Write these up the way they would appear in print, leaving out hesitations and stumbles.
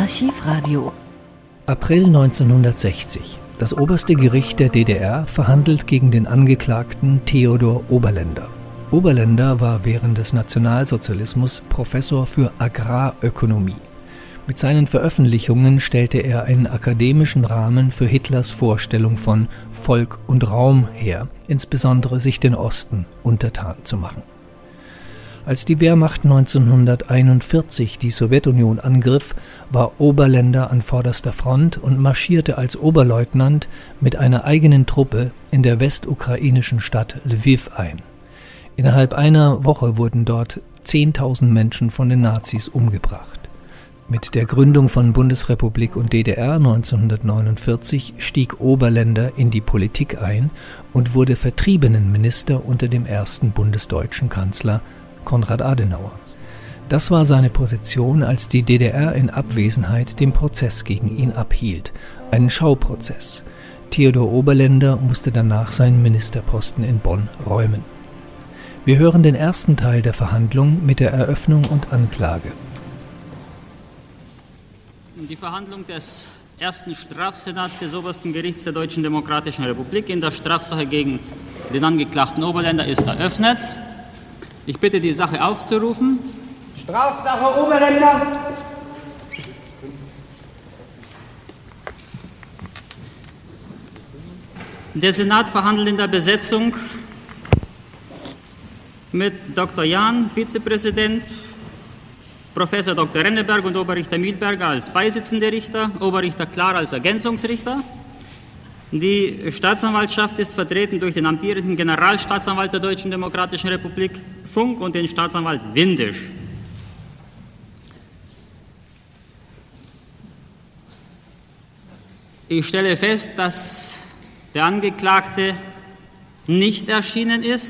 Archivradio. April 1960. Das oberste Gericht der DDR verhandelt gegen den Angeklagten Theodor Oberländer. Oberländer war während des Nationalsozialismus Professor für Agrarökonomie. Mit seinen Veröffentlichungen stellte er einen akademischen Rahmen für Hitlers Vorstellung von Volk und Raum her, insbesondere sich den Osten untertan zu machen. Als die Wehrmacht 1941 die Sowjetunion angriff, war Oberländer an vorderster Front und marschierte als Oberleutnant mit einer eigenen Truppe in der westukrainischen Stadt Lwiw ein. Innerhalb einer Woche wurden dort 10.000 Menschen von den Nazis umgebracht. Mit der Gründung von Bundesrepublik und DDR 1949 stieg Oberländer in die Politik ein und wurde Vertriebenenminister unter dem ersten bundesdeutschen Kanzler Konrad Adenauer. Das war seine Position, als die DDR in Abwesenheit den Prozess gegen ihn abhielt. Einen Schauprozess. Theodor Oberländer musste danach seinen Ministerposten in Bonn räumen. Wir hören den ersten Teil der Verhandlung mit der Eröffnung und Anklage. Die Verhandlung des ersten Strafsenats des Obersten Gerichts der Deutschen Demokratischen Republik in der Strafsache gegen den Angeklagten Oberländer ist eröffnet. Ich bitte, die Sache aufzurufen. Strafsache Oberländer. Der Senat verhandelt in der Besetzung mit Dr. Jahn, Vizepräsident, Professor Dr. Renneberg und Oberrichter Mühlberger als beisitzende Richter, Oberrichter Klar als Ergänzungsrichter. Die Staatsanwaltschaft ist vertreten durch den amtierenden Generalstaatsanwalt der Deutschen Demokratischen Republik Funk und den Staatsanwalt Windisch. Ich stelle fest, dass der Angeklagte nicht erschienen ist.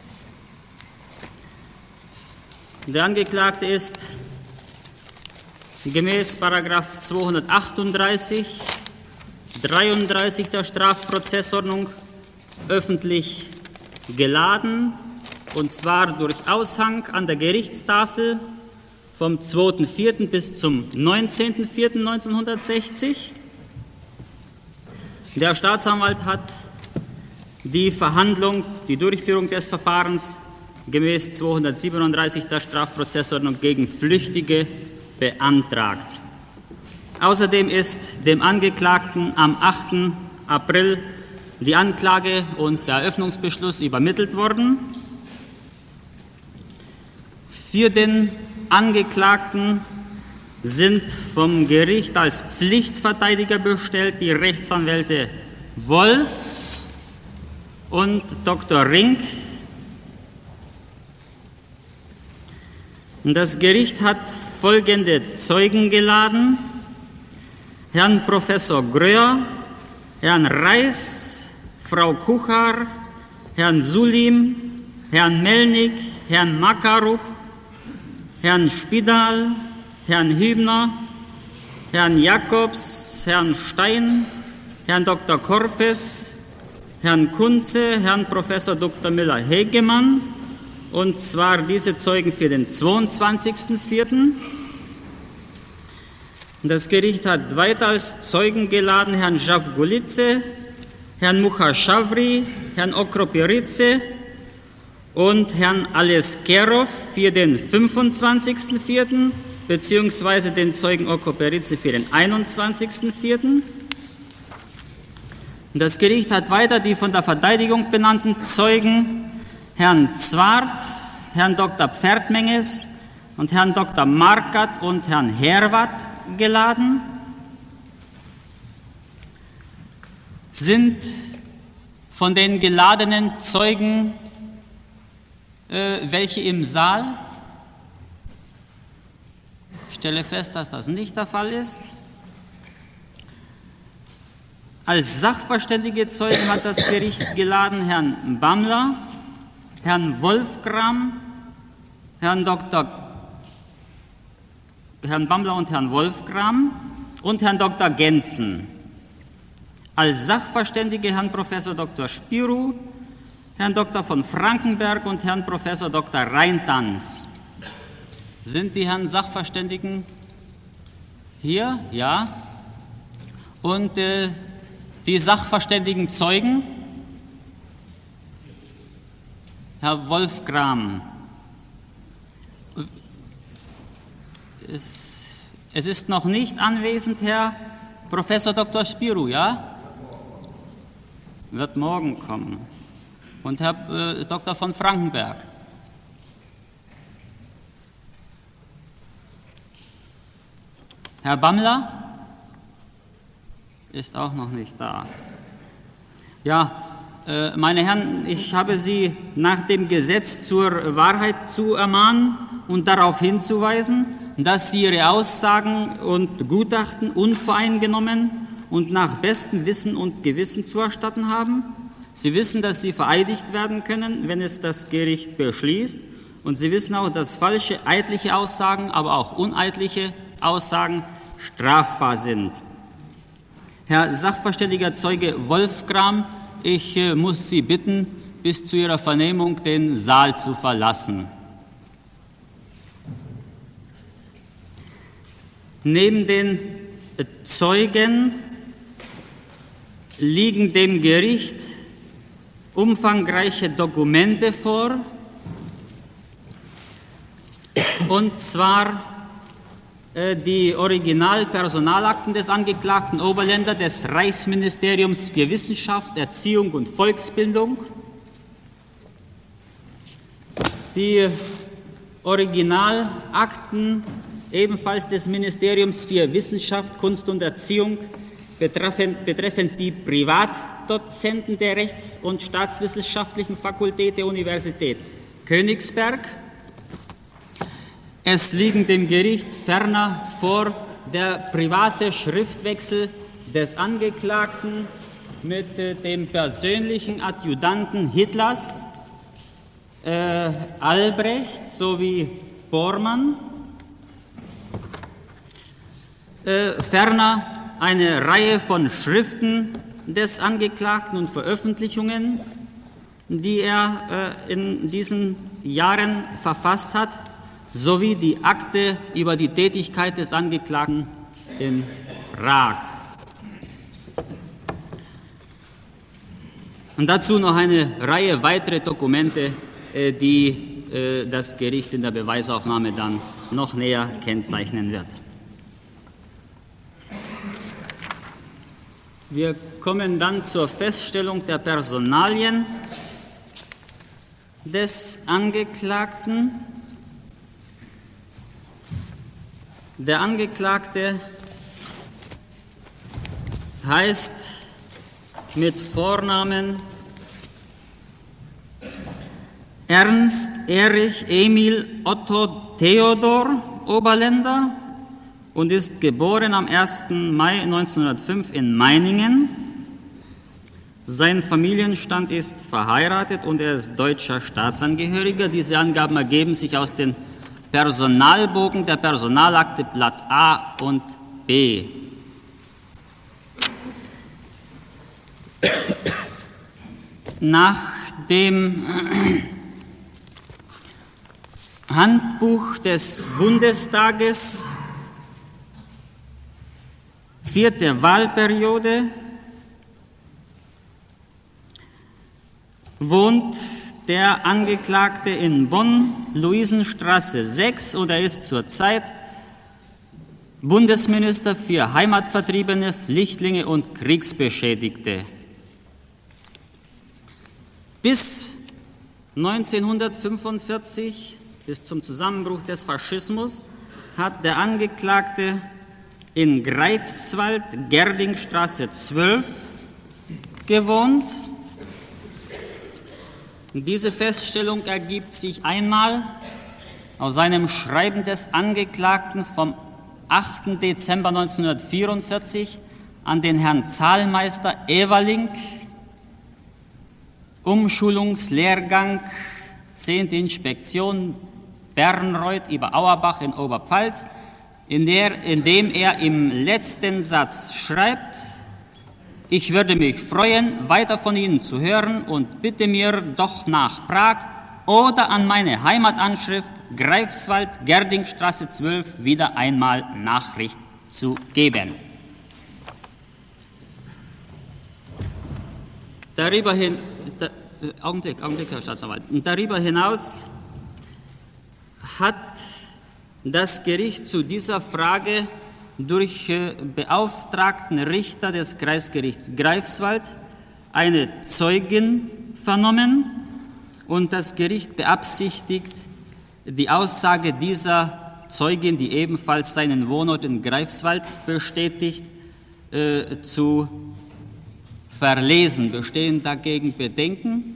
Der Angeklagte ist gemäß § 238 33 der Strafprozessordnung öffentlich geladen, und zwar durch Aushang an der Gerichtstafel vom 2.4. bis zum 19.4.1960. Der Staatsanwalt hat die Verhandlung, die Durchführung des Verfahrens gemäß 237 der Strafprozessordnung gegen Flüchtige beantragt. Außerdem ist dem Angeklagten am 8. April die Anklage und der Eröffnungsbeschluss übermittelt worden. Für den Angeklagten sind vom Gericht als Pflichtverteidiger bestellt die Rechtsanwälte Wolf und Dr. Rink. Das Gericht hat folgende Zeugen geladen: Herrn Professor Gröer, Herrn Reis, Frau Kuchar, Herrn Sulim, Herrn Melnik, Herrn Makaruch, Herrn Spidal, Herrn Hübner, Herrn Jakobs, Herrn Stein, Herrn Dr. Korfes, Herrn Kunze, Herrn Professor Dr. Müller-Hegemann, und zwar diese Zeugen für den 22.04. Das Gericht hat weiter als Zeugen geladen Herrn Javgulidze, Herrn Muchashavri, Herrn Okropiridze und Herrn Aleskerov für den 25.04. beziehungsweise den Zeugen Okropiridze für den 21.04. Das Gericht hat weiter die von der Verteidigung benannten Zeugen Herrn Zwart, Herrn Dr. Pferdmenges und Herrn Dr. Markat und Herrn Herwat geladen. Sind von den geladenen Zeugen welche im Saal? Ich stelle fest, dass das nicht der Fall ist. Als sachverständige Zeugen hat das Gericht geladen Herrn Bamler, Herrn Wolfgram, Herrn Bamler und Herrn Wolfgram und Herrn Dr. Gentzen. Als Sachverständige Herrn Professor Dr. Spiru, Herrn Dr. von Frankenberg und Herrn Professor Dr. Reintanz. Sind die Herren Sachverständigen Hier, ja. Und die sachverständigen Zeugen, Herr Wolfgram. Es ist noch nicht anwesend Herr Professor Dr. Spirou, ja? Wird morgen kommen. Und Herr Dr. von Frankenberg. Herr Bammler ist auch noch nicht da. Ja, meine Herren, ich habe Sie nach dem Gesetz zur Wahrheit zu ermahnen und darauf hinzuweisen, dass Sie Ihre Aussagen und Gutachten unvoreingenommen und nach bestem Wissen und Gewissen zu erstatten haben. Sie wissen, dass Sie vereidigt werden können, wenn es das Gericht beschließt. Und Sie wissen auch, dass falsche eidliche Aussagen, aber auch uneidliche Aussagen strafbar sind. Herr sachverständiger Zeuge Wolfgram, ich muss Sie bitten, bis zu Ihrer Vernehmung den Saal zu verlassen. Neben den Zeugen liegen dem Gericht umfangreiche Dokumente vor, und zwar die Originalpersonalakten des Angeklagten Oberländer des Reichsministeriums für Wissenschaft, Erziehung und Volksbildung, die Originalakten ebenfalls des Ministeriums für Wissenschaft, Kunst und Erziehung betreffend die Privatdozenten der Rechts- und Staatswissenschaftlichen Fakultät der Universität Königsberg. Es liegen dem Gericht ferner vor der private Schriftwechsel des Angeklagten mit dem persönlichen Adjutanten Hitlers, Albrecht sowie Bormann. Ferner eine Reihe von Schriften des Angeklagten und Veröffentlichungen, die er in diesen Jahren verfasst hat, sowie die Akte über die Tätigkeit des Angeklagten in Prag. Und dazu noch eine Reihe weitere Dokumente, die das Gericht in der Beweisaufnahme dann noch näher kennzeichnen wird. Wir kommen dann zur Feststellung der Personalien des Angeklagten. Der Angeklagte heißt mit Vornamen Ernst Erich Emil Otto Theodor Oberländer und ist geboren am 1. Mai 1905 in Meiningen. Sein Familienstand ist verheiratet und er ist deutscher Staatsangehöriger. Diese Angaben ergeben sich aus den Personalbogen der Personalakte Blatt A und B. Nach dem Handbuch des Bundestages, 4. Wahlperiode, wohnt der Angeklagte in Bonn, Luisenstraße 6, und er ist zurzeit Bundesminister für Heimatvertriebene, Flüchtlinge und Kriegsbeschädigte. Bis 1945, bis zum Zusammenbruch des Faschismus, hat der Angeklagte in Greifswald, Gerdingstraße 12 gewohnt. Diese Feststellung ergibt sich einmal aus einem Schreiben des Angeklagten vom 8. Dezember 1944 an den Herrn Zahlmeister Everling, Umschulungslehrgang 10. Inspektion Bernreuth über Auerbach in Oberpfalz, in dem er im letzten Satz schreibt: Ich würde mich freuen, weiter von Ihnen zu hören und bitte mir doch nach Prag oder an meine Heimatanschrift Greifswald, Gerdingstraße 12 wieder einmal Nachricht zu geben. Augenblick, Herr Staatsanwalt. Darüber hinaus hat das Gericht zu dieser Frage durch beauftragten Richter des Kreisgerichts Greifswald eine Zeugin vernommen und das Gericht beabsichtigt, die Aussage dieser Zeugin, die ebenfalls seinen Wohnort in Greifswald bestätigt, zu verlesen. Bestehen dagegen Bedenken?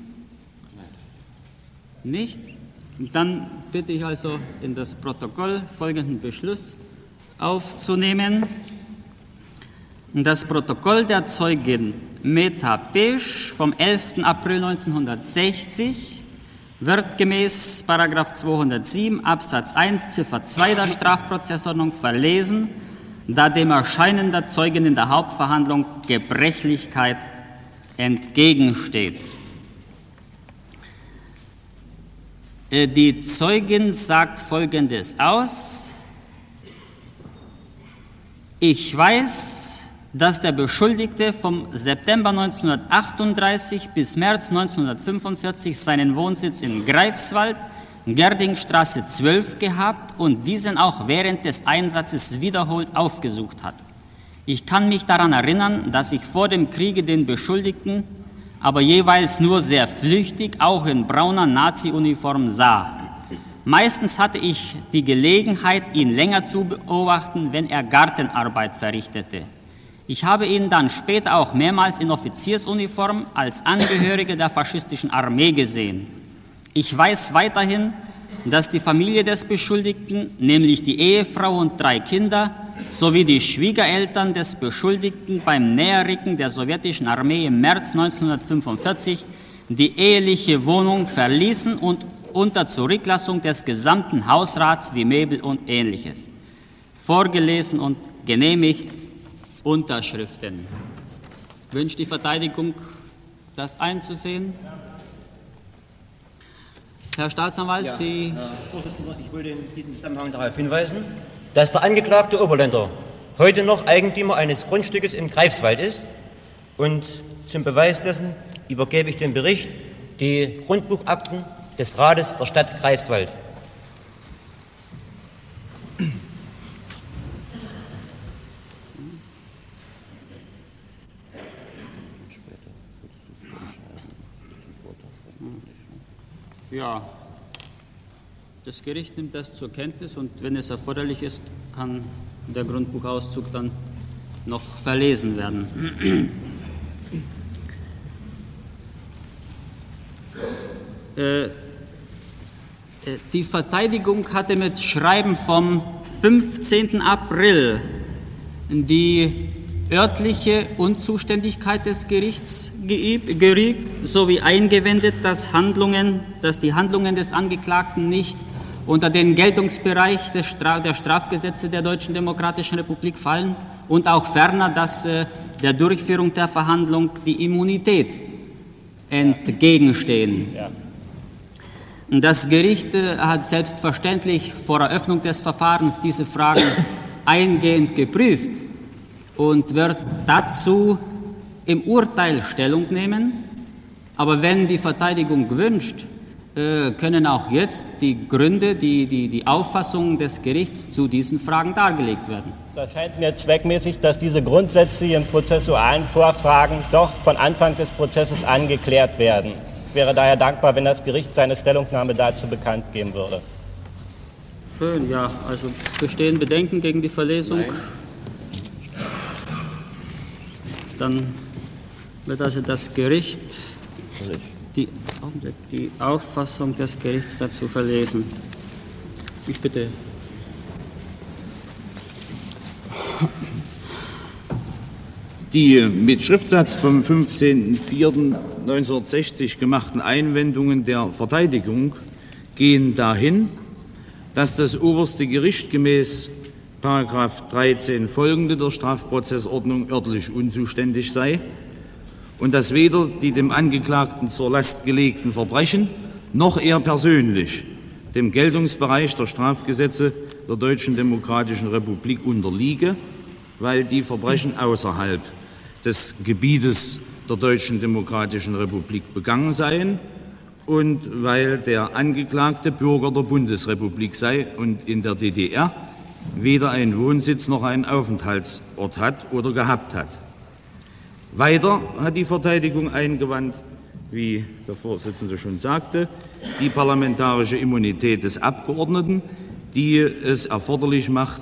Nicht? Dann bitte ich also in das Protokoll folgenden Beschluss aufzunehmen. Das Protokoll der Zeugin Meta Pesch vom 11. April 1960 wird gemäß § 207 Absatz 1 Ziffer 2 der Strafprozessordnung verlesen, da dem Erscheinen der Zeugin in der Hauptverhandlung Gebrechlichkeit entgegensteht. Die Zeugin sagt Folgendes aus: Ich weiß, dass der Beschuldigte vom September 1938 bis März 1945 seinen Wohnsitz in Greifswald, Gerdingstraße 12 gehabt und diesen auch während des Einsatzes wiederholt aufgesucht hat. Ich kann mich daran erinnern, dass ich vor dem Kriege den Beschuldigten aber jeweils nur sehr flüchtig, auch in brauner Nazi-Uniform sah. Meistens hatte ich die Gelegenheit, ihn länger zu beobachten, wenn er Gartenarbeit verrichtete. Ich habe ihn dann später auch mehrmals in Offiziersuniform als Angehörige der faschistischen Armee gesehen. Ich weiß weiterhin, dass die Familie des Beschuldigten, nämlich die Ehefrau und 3 Kinder, sowie die Schwiegereltern des Beschuldigten beim Näherrücken der sowjetischen Armee im März 1945 die eheliche Wohnung verließen und unter Zurücklassung des gesamten Hausrats wie Möbel und Ähnliches. Vorgelesen und genehmigt. Unterschriften. Wünscht die Verteidigung, das einzusehen? Herr Staatsanwalt, Sie... Herr Vorsitzender, ich wollte in diesem Zusammenhang darauf hinweisen, dass der angeklagte Oberländer heute noch Eigentümer eines Grundstückes in Greifswald ist. Und zum Beweis dessen übergebe ich den Bericht, die Grundbuchakten des Rates der Stadt Greifswald. Ja, das Gericht nimmt das zur Kenntnis und wenn es erforderlich ist, kann der Grundbuchauszug dann noch verlesen werden. Die Verteidigung hatte mit Schreiben vom 15. April die örtliche Unzuständigkeit des Gerichts gerügt, sowie eingewendet, dass die Handlungen des Angeklagten nicht unter den Geltungsbereich der Strafgesetze der Deutschen Demokratischen Republik fallen und auch ferner, dass der Durchführung der Verhandlung die Immunität entgegenstehen. Ja. Das Gericht hat selbstverständlich vor Eröffnung des Verfahrens diese Fragen eingehend geprüft und wird dazu im Urteil Stellung nehmen. Aber wenn die Verteidigung wünscht, können auch jetzt die Gründe, die Auffassung des Gerichts zu diesen Fragen dargelegt werden. Es erscheint mir zweckmäßig, dass diese grundsätzlichen prozessualen Vorfragen doch von Anfang des Prozesses angeklärt werden. Ich wäre daher dankbar, wenn das Gericht seine Stellungnahme dazu bekannt geben würde. Schön, ja. Also bestehen Bedenken gegen die Verlesung? Nein. Dann wird also das Gericht die Auffassung des Gerichts dazu verlesen. Ich bitte. Die mit Schriftsatz vom 15.04.1960 gemachten Einwendungen der Verteidigung gehen dahin, dass das oberste Gericht gemäß § 13 folgende der Strafprozessordnung örtlich unzuständig sei und dass weder die dem Angeklagten zur Last gelegten Verbrechen noch er persönlich dem Geltungsbereich der Strafgesetze der Deutschen Demokratischen Republik unterliege weil die Verbrechen außerhalb des Gebietes der Deutschen Demokratischen Republik begangen seien und weil der Angeklagte Bürger der Bundesrepublik sei und in der DDR weder einen Wohnsitz noch einen Aufenthaltsort hat oder gehabt hat. Weiter hat die Verteidigung eingewandt, wie der Vorsitzende schon sagte, die parlamentarische Immunität des Abgeordneten, die es erforderlich macht,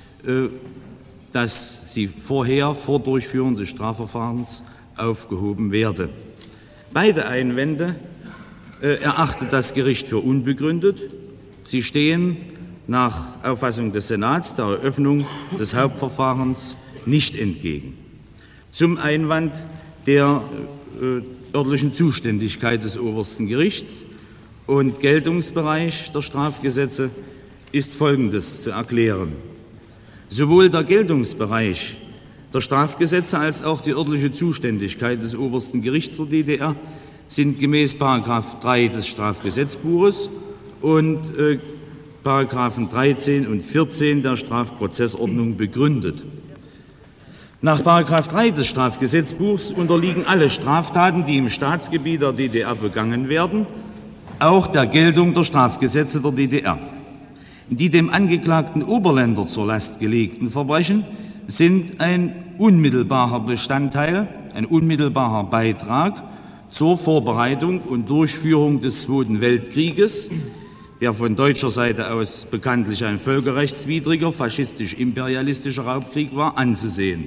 dass sie vor Durchführung des Strafverfahrens aufgehoben werde. Beide Einwände erachtet das Gericht für unbegründet. Sie stehen nach Auffassung des Senats der Eröffnung des Hauptverfahrens nicht entgegen. Zum Einwand der örtlichen Zuständigkeit des obersten Gerichts und Geltungsbereich der Strafgesetze ist Folgendes zu erklären. Sowohl der Geltungsbereich der Strafgesetze als auch die örtliche Zuständigkeit des obersten Gerichts der DDR sind gemäß § 3 des Strafgesetzbuches und § 13 und 14 der Strafprozessordnung begründet. Nach § 3 des Strafgesetzbuchs unterliegen alle Straftaten, die im Staatsgebiet der DDR begangen werden, auch der Geltung der Strafgesetze der DDR. Die dem Angeklagten Oberländer zur Last gelegten Verbrechen sind ein unmittelbarer Bestandteil, ein unmittelbarer Beitrag zur Vorbereitung und Durchführung des Zweiten Weltkrieges, der von deutscher Seite aus bekanntlich ein völkerrechtswidriger, faschistisch-imperialistischer Raubkrieg war, anzusehen.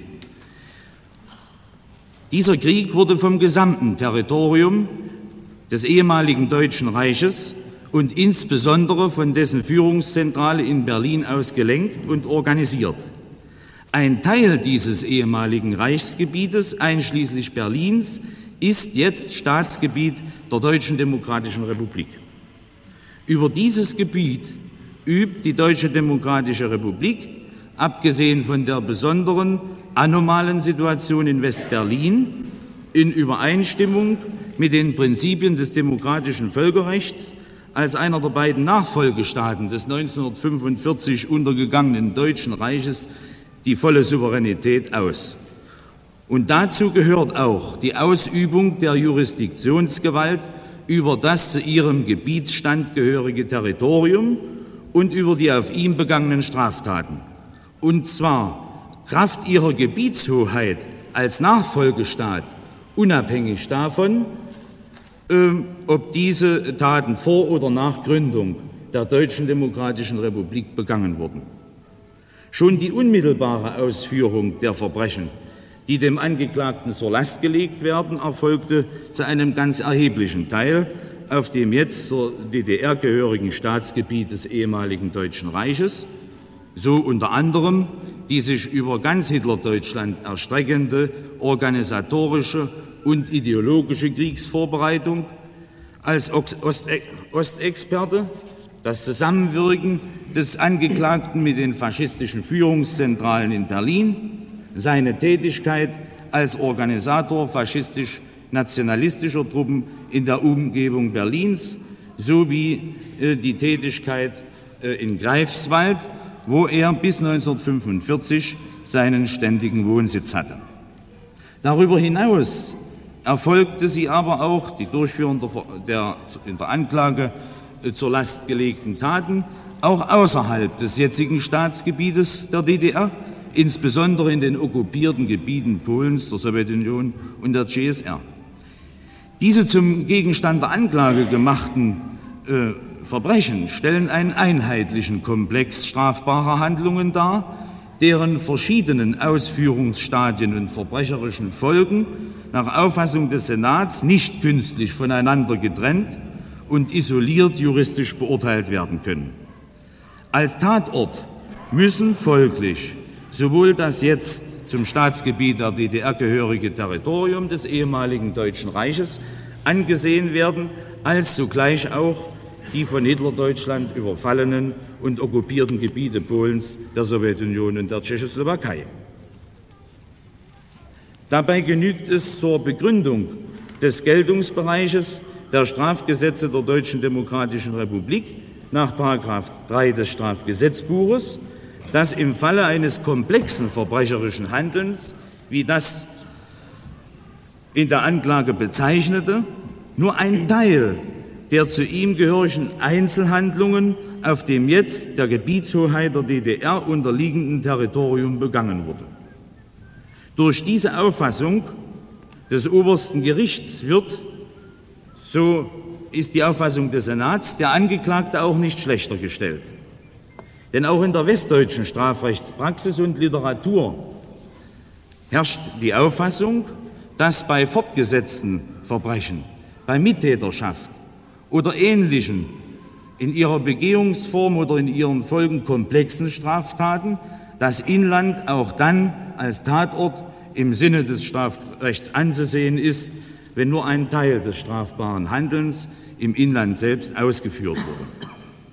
Dieser Krieg wurde vom gesamten Territorium des ehemaligen Deutschen Reiches und insbesondere von dessen Führungszentrale in Berlin aus gelenkt und organisiert. Ein Teil dieses ehemaligen Reichsgebietes, einschließlich Berlins, ist jetzt Staatsgebiet der Deutschen Demokratischen Republik. Über dieses Gebiet übt die Deutsche Demokratische Republik, abgesehen von der besonderen, anomalen Situation in West-Berlin, in Übereinstimmung mit den Prinzipien des demokratischen Völkerrechts als einer der beiden Nachfolgestaaten des 1945 untergegangenen Deutschen Reiches die volle Souveränität aus. Und dazu gehört auch die Ausübung der Jurisdiktionsgewalt über das zu ihrem Gebietsstand gehörige Territorium und über die auf ihm begangenen Straftaten. Und zwar Kraft ihrer Gebietshoheit als Nachfolgestaat, unabhängig davon, ob diese Taten vor oder nach Gründung der Deutschen Demokratischen Republik begangen wurden. Schon die unmittelbare Ausführung der Verbrechen, die dem Angeklagten zur Last gelegt werden, erfolgte zu einem ganz erheblichen Teil auf dem jetzt zur DDR gehörigen Staatsgebiet des ehemaligen Deutschen Reiches, so unter anderem die sich über ganz Hitlerdeutschland erstreckende organisatorische und ideologische Kriegsvorbereitung als Ostexperte, das Zusammenwirken des Angeklagten mit den faschistischen Führungszentralen in Berlin, seine Tätigkeit als Organisator faschistisch-nationalistischer Truppen in der Umgebung Berlins sowie die Tätigkeit in Greifswald, wo er bis 1945 seinen ständigen Wohnsitz hatte. Darüber hinaus erfolgte sie aber auch die Durchführung der in der Anklage zur Last gelegten Taten auch außerhalb des jetzigen Staatsgebietes der DDR, insbesondere in den okkupierten Gebieten Polens, der Sowjetunion und der CSR. Diese zum Gegenstand der Anklage gemachten Verbrechen stellen einen einheitlichen Komplex strafbarer Handlungen dar, deren verschiedenen Ausführungsstadien und verbrecherischen Folgen nach Auffassung des Senats nicht künstlich voneinander getrennt und isoliert juristisch beurteilt werden können. Als Tatort müssen folglich sowohl das jetzt zum Staatsgebiet der DDR gehörige Territorium des ehemaligen Deutschen Reiches angesehen werden, als zugleich auch die von Hitlerdeutschland überfallenen und okkupierten Gebiete Polens, der Sowjetunion und der Tschechoslowakei. Dabei genügt es zur Begründung des Geltungsbereiches der Strafgesetze der Deutschen Demokratischen Republik nach § 3 des Strafgesetzbuches, dass im Falle eines komplexen verbrecherischen Handelns, wie das in der Anklage bezeichnete, nur ein Teil der zu ihm gehörigen Einzelhandlungen auf dem jetzt der Gebietshoheit der DDR unterliegenden Territorium begangen wurde. Durch diese Auffassung des obersten Gerichts wird, so ist die Auffassung des Senats, der Angeklagte auch nicht schlechter gestellt. Denn auch in der westdeutschen Strafrechtspraxis und Literatur herrscht die Auffassung, dass bei fortgesetzten Verbrechen, bei Mittäterschaft oder ähnlichen in ihrer Begehungsform oder in ihren Folgen komplexen Straftaten das Inland auch dann als Tatort im Sinne des Strafrechts anzusehen ist, wenn nur ein Teil des strafbaren Handelns im Inland selbst ausgeführt wurde.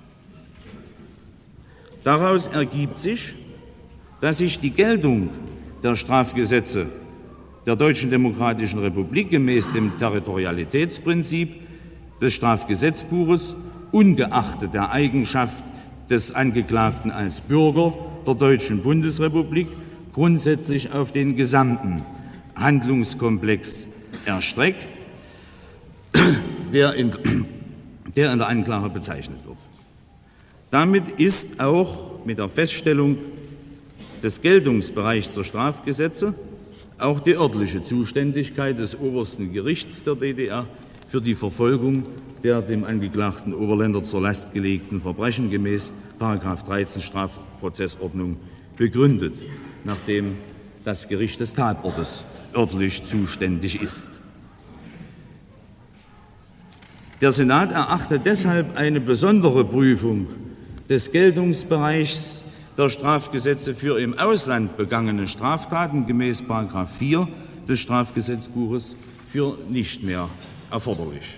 Daraus ergibt sich, dass sich die Geltung der Strafgesetze der Deutschen Demokratischen Republik gemäß dem Territorialitätsprinzip des Strafgesetzbuches ungeachtet der Eigenschaft des Angeklagten als Bürger der Deutschen Bundesrepublik grundsätzlich auf den gesamten Handlungskomplex erstreckt, der in der Anklage bezeichnet wird. Damit ist auch mit der Feststellung des Geltungsbereichs der Strafgesetze auch die örtliche Zuständigkeit des obersten Gerichts der DDR für die Verfolgung der dem Angeklagten Oberländer zur Last gelegten Verbrechen gemäß § 13 Strafprozessordnung begründet, nachdem das Gericht des Tatortes örtlich zuständig ist. Der Senat erachtet deshalb eine besondere Prüfung des Geltungsbereichs der Strafgesetze für im Ausland begangene Straftaten gemäß § 4 des Strafgesetzbuches für nicht mehr erforderlich.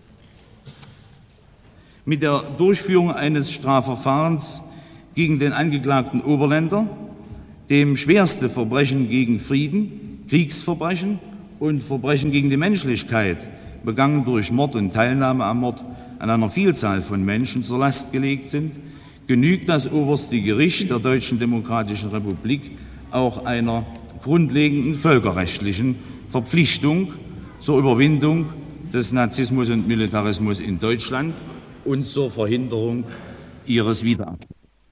Mit der Durchführung eines Strafverfahrens gegen den Angeklagten Oberländer, dem schwerste Verbrechen gegen Frieden, Kriegsverbrechen und Verbrechen gegen die Menschlichkeit, begangen durch Mord und Teilnahme am Mord an einer Vielzahl von Menschen zur Last gelegt sind, genügt das oberste Gericht der Deutschen Demokratischen Republik auch einer grundlegenden völkerrechtlichen Verpflichtung zur Überwindung des Nazismus und Militarismus in Deutschland und zur Verhinderung ihres Wiederabstieg's.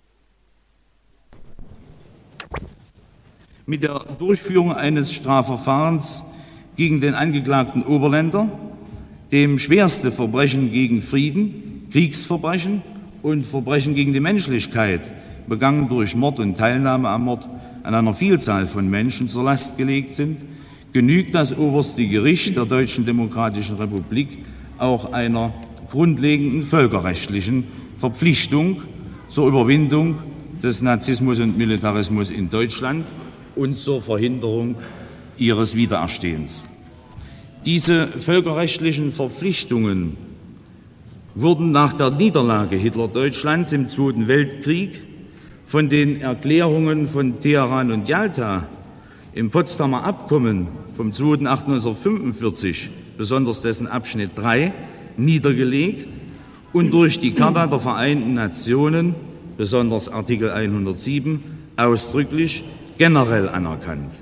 Mit der Durchführung eines Strafverfahrens gegen den Angeklagten Oberländer, dem schwerste Verbrechen gegen Frieden, Kriegsverbrechen und Verbrechen gegen die Menschlichkeit, begangen durch Mord und Teilnahme am Mord an einer Vielzahl von Menschen zur Last gelegt sind, genügt das oberste Gericht der Deutschen Demokratischen Republik auch einer grundlegenden völkerrechtlichen Verpflichtung zur Überwindung des Nazismus und Militarismus in Deutschland und zur Verhinderung ihres Wiedererstehens. Diese völkerrechtlichen Verpflichtungen wurden nach der Niederlage Hitler-Deutschlands im Zweiten Weltkrieg von den Erklärungen von Teheran und Jalta im Potsdamer Abkommen vom 2.8.1945, besonders dessen Abschnitt 3, niedergelegt und durch die Charta der Vereinten Nationen, besonders Artikel 107, ausdrücklich generell anerkannt.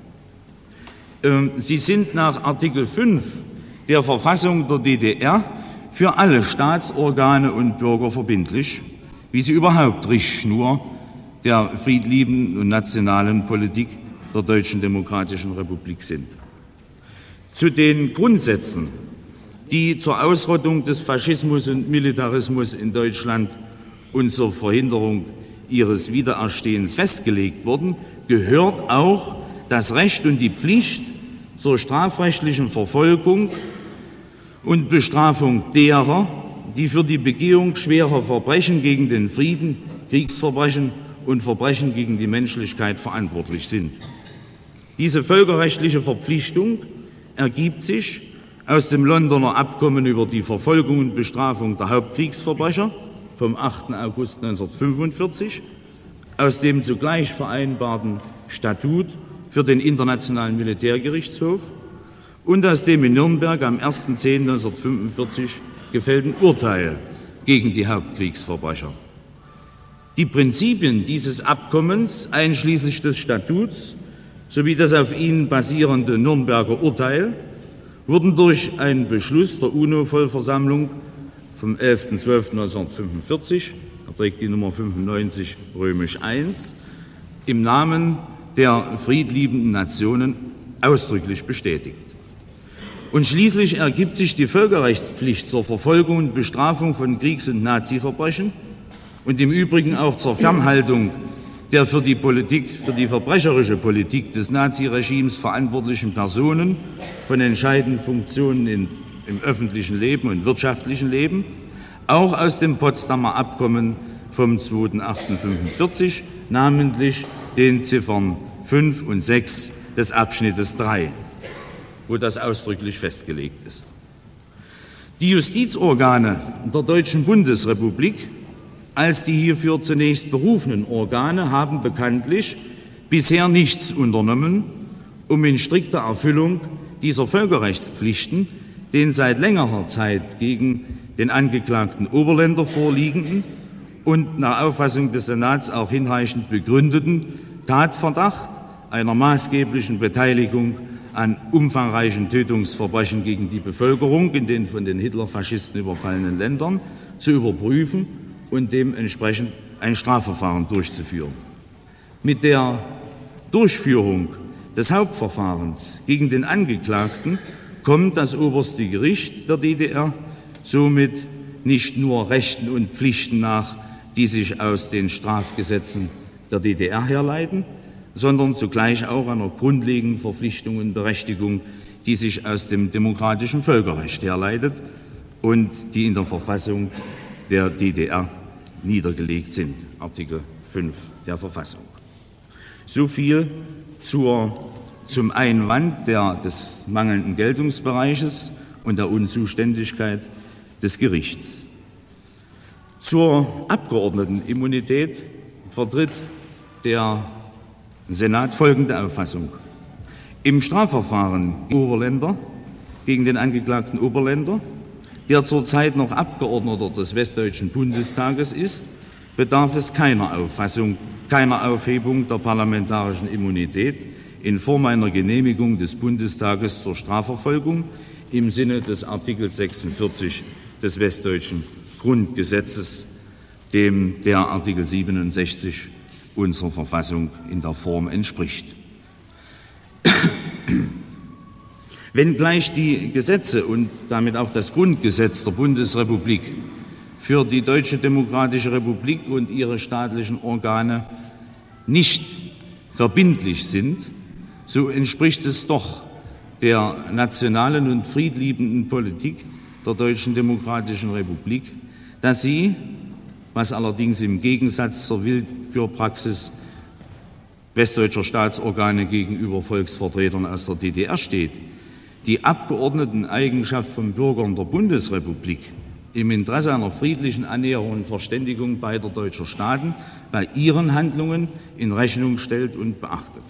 Sie sind nach Artikel 5 der Verfassung der DDR für alle Staatsorgane und Bürger verbindlich, wie sie überhaupt Richtschnur der friedliebenden und nationalen Politik der Deutschen Demokratischen Republik sind. Zu den Grundsätzen, die zur Ausrottung des Faschismus und Militarismus in Deutschland und zur Verhinderung ihres Wiedererstehens festgelegt wurden, gehört auch das Recht und die Pflicht zur strafrechtlichen Verfolgung und Bestrafung derer, die für die Begehung schwerer Verbrechen gegen den Frieden, Kriegsverbrechen und Verbrechen gegen die Menschlichkeit verantwortlich sind. Diese völkerrechtliche Verpflichtung ergibt sich aus dem Londoner Abkommen über die Verfolgung und Bestrafung der Hauptkriegsverbrecher vom 8. August 1945, aus dem zugleich vereinbarten Statut für den Internationalen Militärgerichtshof und aus dem in Nürnberg am 1.10.1945 gefällten Urteil gegen die Hauptkriegsverbrecher. Die Prinzipien dieses Abkommens, einschließlich des Statuts sowie das auf ihnen basierende Nürnberger Urteil, wurden durch einen Beschluss der UNO-Vollversammlung vom 11.12.1945, er trägt die Nummer 95 römisch I, im Namen der friedliebenden Nationen ausdrücklich bestätigt. Und schließlich ergibt sich die Völkerrechtspflicht zur Verfolgung und Bestrafung von Kriegs- und Naziverbrechen und im Übrigen auch zur Fernhaltung der für die verbrecherische Politik des Naziregimes verantwortlichen Personen von entscheidenden Funktionen im öffentlichen Leben und wirtschaftlichen Leben, auch aus dem Potsdamer Abkommen vom 2.8.45, namentlich den Ziffern 5 und 6 des Abschnittes 3, wo das ausdrücklich festgelegt ist. Die Justizorgane der Deutschen Bundesrepublik als die hierfür zunächst berufenen Organe haben bekanntlich bisher nichts unternommen, um in strikter Erfüllung dieser Völkerrechtspflichten den seit längerer Zeit gegen den angeklagten Oberländer vorliegenden und nach Auffassung des Senats auch hinreichend begründeten Tatverdacht einer maßgeblichen Beteiligung an umfangreichen Tötungsverbrechen gegen die Bevölkerung in den von den Hitlerfaschisten überfallenen Ländern zu überprüfen und dementsprechend ein Strafverfahren durchzuführen. Mit der Durchführung des Hauptverfahrens gegen den Angeklagten kommt das oberste Gericht der DDR somit nicht nur Rechten und Pflichten nach, die sich aus den Strafgesetzen der DDR herleiten, sondern zugleich auch einer grundlegenden Verpflichtung und Berechtigung, die sich aus dem demokratischen Völkerrecht herleitet und die in der Verfassung der DDR niedergelegt sind, Artikel 5 der Verfassung. So viel zum Einwand des mangelnden Geltungsbereiches und der Unzuständigkeit des Gerichts. Zur Abgeordnetenimmunität vertritt der Senat folgende Auffassung. Im Strafverfahren gegen den angeklagten Oberländer, der zurzeit noch Abgeordneter des Westdeutschen Bundestages ist, bedarf es keiner Aufhebung der parlamentarischen Immunität in Form einer Genehmigung des Bundestages zur Strafverfolgung im Sinne des Artikels 46 des Westdeutschen Grundgesetzes, dem der Artikel 67 unserer Verfassung in der Form entspricht. Wenngleich die Gesetze und damit auch das Grundgesetz der Bundesrepublik für die Deutsche Demokratische Republik und ihre staatlichen Organe nicht verbindlich sind, so entspricht es doch der nationalen und friedliebenden Politik der Deutschen Demokratischen Republik, dass sie, was allerdings im Gegensatz zur Willkürpraxis westdeutscher Staatsorgane gegenüber Volksvertretern aus der DDR steht, die Abgeordneteneigenschaft von Bürgern der Bundesrepublik im Interesse einer friedlichen Annäherung und Verständigung beider deutscher Staaten bei ihren Handlungen in Rechnung stellt und beachtet.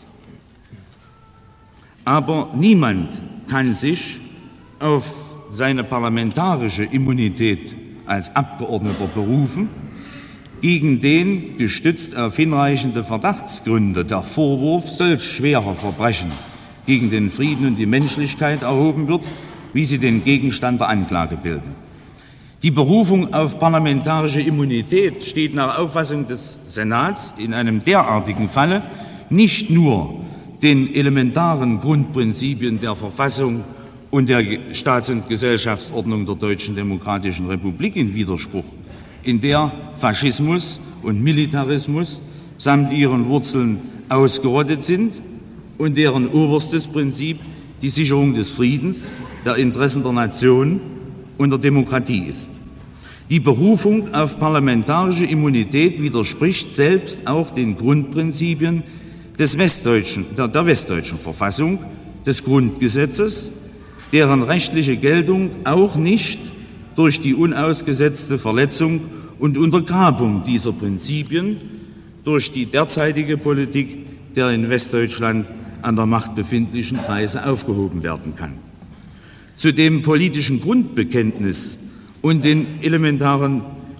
Aber niemand kann sich auf seine parlamentarische Immunität als Abgeordneter berufen, gegen den, gestützt auf hinreichende Verdachtsgründe, der Vorwurf solch schwerer Verbrechen gegen den Frieden und die Menschlichkeit erhoben wird, wie sie den Gegenstand der Anklage bilden. Die Berufung auf parlamentarische Immunität steht nach Auffassung des Senats in einem derartigen Falle nicht nur den elementaren Grundprinzipien der Verfassung und der Staats- und Gesellschaftsordnung der Deutschen Demokratischen Republik in Widerspruch, in der Faschismus und Militarismus samt ihren Wurzeln ausgerottet sind und deren oberstes Prinzip die Sicherung des Friedens, der Interessen der Nation und der Demokratie ist. Die Berufung auf parlamentarische Immunität widerspricht selbst auch den Grundprinzipien der westdeutschen Verfassung, des Grundgesetzes, deren rechtliche Geltung auch nicht durch die unausgesetzte Verletzung und Untergrabung dieser Prinzipien durch die derzeitige Politik der in Westdeutschland an der Macht befindlichen Kreise aufgehoben werden kann. Zu dem politischen Grundbekenntnis und den elementaren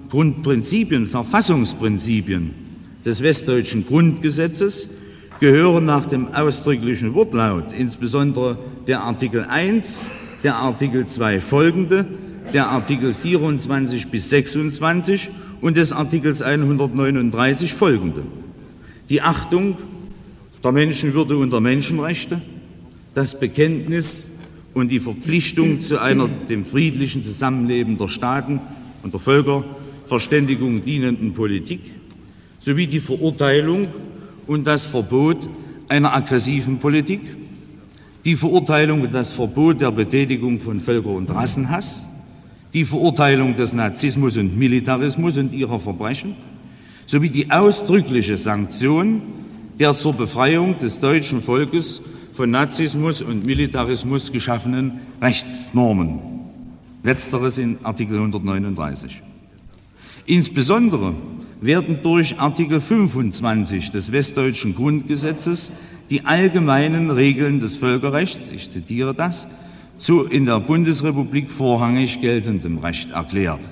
Grundprinzipien, Verfassungsprinzipien des westdeutschen Grundgesetzes gehören nach dem ausdrücklichen Wortlaut insbesondere der Artikel 1, der Artikel 2 folgende, der Artikel 24 bis 26 und des Artikels 139 folgende. Die Achtung der Menschenwürde und der Menschenrechte, das Bekenntnis und die Verpflichtung zu einer dem friedlichen Zusammenleben der Staaten und der Völkerverständigung dienenden Politik sowie die Verurteilung und das Verbot einer aggressiven Politik, die Verurteilung und das Verbot der Betätigung von Völker- und Rassenhass, die Verurteilung des Nazismus und Militarismus und ihrer Verbrechen sowie die ausdrückliche Sanktion der zur Befreiung des deutschen Volkes von Nazismus und Militarismus geschaffenen Rechtsnormen. Letzteres in Artikel 139. Insbesondere werden durch Artikel 25 des westdeutschen Grundgesetzes die allgemeinen Regeln des Völkerrechts, ich zitiere das, zu in der Bundesrepublik vorrangig geltendem Recht erklärt.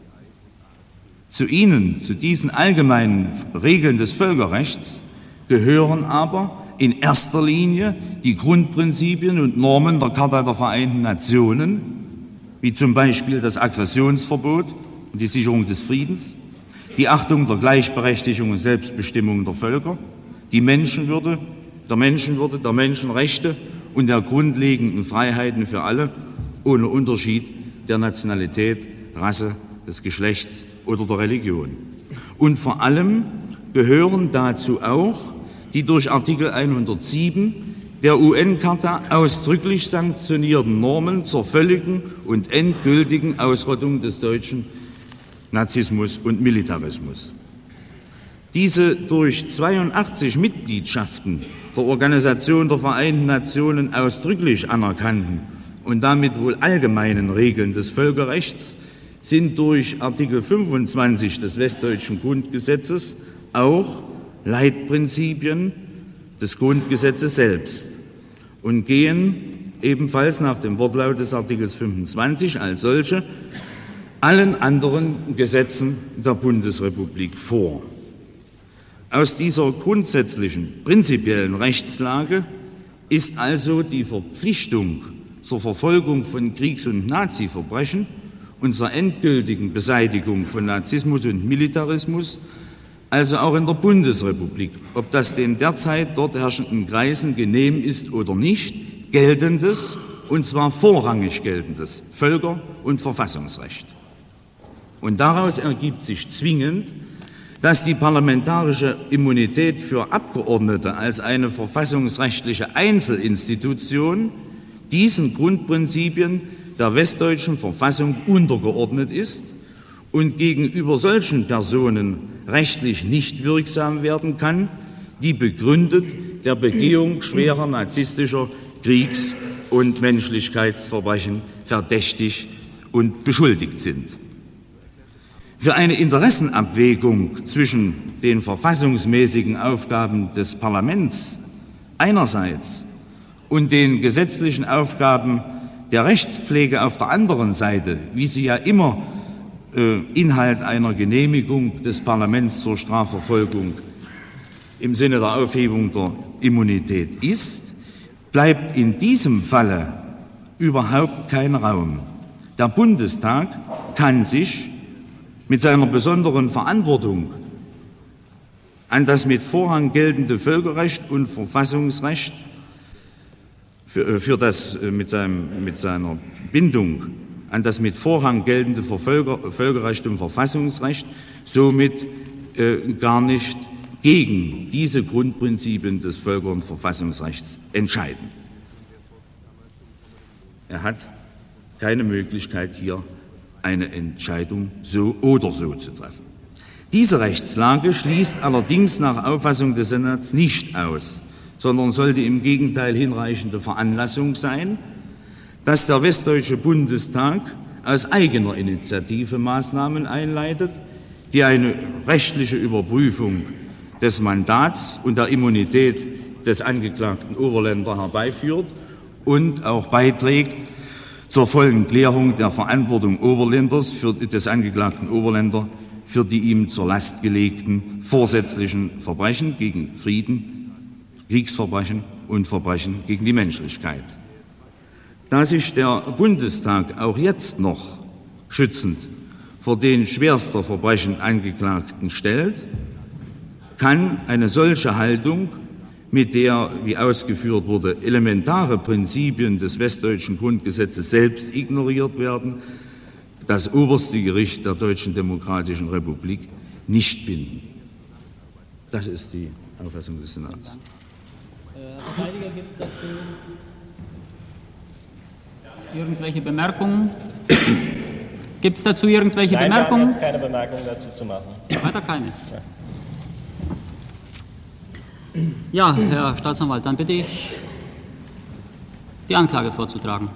Zu diesen allgemeinen Regeln des Völkerrechts gehören aber in erster Linie die Grundprinzipien und Normen der Charta der Vereinten Nationen, wie zum Beispiel das Aggressionsverbot und die Sicherung des Friedens, die Achtung der Gleichberechtigung und Selbstbestimmung der Völker, die Menschenwürde, der Menschenrechte und der grundlegenden Freiheiten für alle, ohne Unterschied der Nationalität, Rasse, des Geschlechts oder der Religion. Und vor allem gehören dazu auch die durch Artikel 107 der UN-Charta ausdrücklich sanktionierten Normen zur völligen und endgültigen Ausrottung des deutschen Nazismus und Militarismus. Diese durch 82 Mitgliedschaften der Organisation der Vereinten Nationen ausdrücklich anerkannten und damit wohl allgemeinen Regeln des Völkerrechts sind durch Artikel 25 des westdeutschen Grundgesetzes auch Leitprinzipien des Grundgesetzes selbst und gehen ebenfalls nach dem Wortlaut des Artikels 25 als solche allen anderen Gesetzen der Bundesrepublik vor. Aus dieser grundsätzlichen, prinzipiellen Rechtslage ist also die Verpflichtung zur Verfolgung von Kriegs- und Naziverbrechen und zur endgültigen Beseitigung von Nazismus und Militarismus also auch in der Bundesrepublik, ob das den derzeit dort herrschenden Kreisen genehm ist oder nicht, geltendes, und zwar vorrangig geltendes Völker- und Verfassungsrecht. Und daraus ergibt sich zwingend, dass die parlamentarische Immunität für Abgeordnete als eine verfassungsrechtliche Einzelinstitution diesen Grundprinzipien der westdeutschen Verfassung untergeordnet ist und gegenüber solchen Personen rechtlich nicht wirksam werden kann, die begründet der Begehung schwerer narzisstischer Kriegs- und Menschlichkeitsverbrechen verdächtig und beschuldigt sind. Für eine Interessenabwägung zwischen den verfassungsmäßigen Aufgaben des Parlaments einerseits und den gesetzlichen Aufgaben der Rechtspflege auf der anderen Seite, wie sie ja immer Inhalt einer Genehmigung des Parlaments zur Strafverfolgung im Sinne der Aufhebung der Immunität ist, bleibt in diesem Falle überhaupt kein Raum. Der Bundestag kann sich mit seiner besonderen Verantwortung an das mit Vorrang geltende Völkerrecht und Verfassungsrecht mit seiner Bindung an das mit Vorrang geltende Völkerrecht und Verfassungsrecht somit gar nicht gegen diese Grundprinzipien des Völker- und Verfassungsrechts entscheiden. Er hat keine Möglichkeit, hier eine Entscheidung so oder so zu treffen. Diese Rechtslage schließt allerdings nach Auffassung des Senats nicht aus, sondern sollte im Gegenteil hinreichende Veranlassung sein, dass der Westdeutsche Bundestag aus eigener Initiative Maßnahmen einleitet, die eine rechtliche Überprüfung des Mandats und der Immunität des angeklagten Oberländer herbeiführt und auch beiträgt zur vollen Klärung der Verantwortung des angeklagten Oberländer für die ihm zur Last gelegten vorsätzlichen Verbrechen gegen Frieden, Kriegsverbrechen und Verbrechen gegen die Menschlichkeit. Da sich der Bundestag auch jetzt noch schützend vor den schwerster Verbrechen Angeklagten stellt, kann eine solche Haltung, mit der, wie ausgeführt wurde, elementare Prinzipien des westdeutschen Grundgesetzes selbst ignoriert werden, das oberste Gericht der Deutschen Demokratischen Republik nicht binden. Das ist die Auffassung des Senats. Herr Verteidiger, gibt es dazu irgendwelche Bemerkungen? Gibt es dazu irgendwelche Bemerkungen? Nein, wir haben jetzt keine Bemerkungen dazu zu machen. Weiter keine. Ja, Herr Staatsanwalt, dann bitte ich, die Anklage vorzutragen.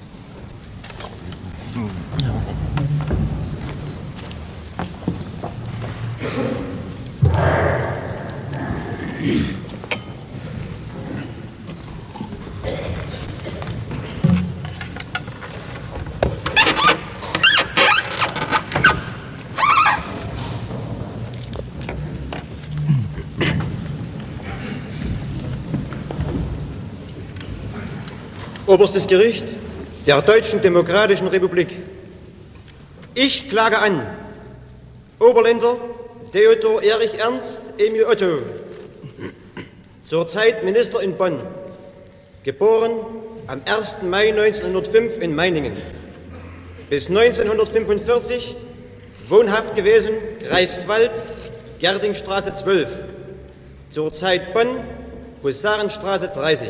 Oberstes Gericht der Deutschen Demokratischen Republik. Ich klage an Oberländer Theodor Erich Ernst Emil Otto, zurzeit Minister in Bonn, geboren am 1. Mai 1905 in Meiningen, bis 1945 wohnhaft gewesen Greifswald, Gerdingstraße 12, zurzeit Bonn, Husarenstraße 30.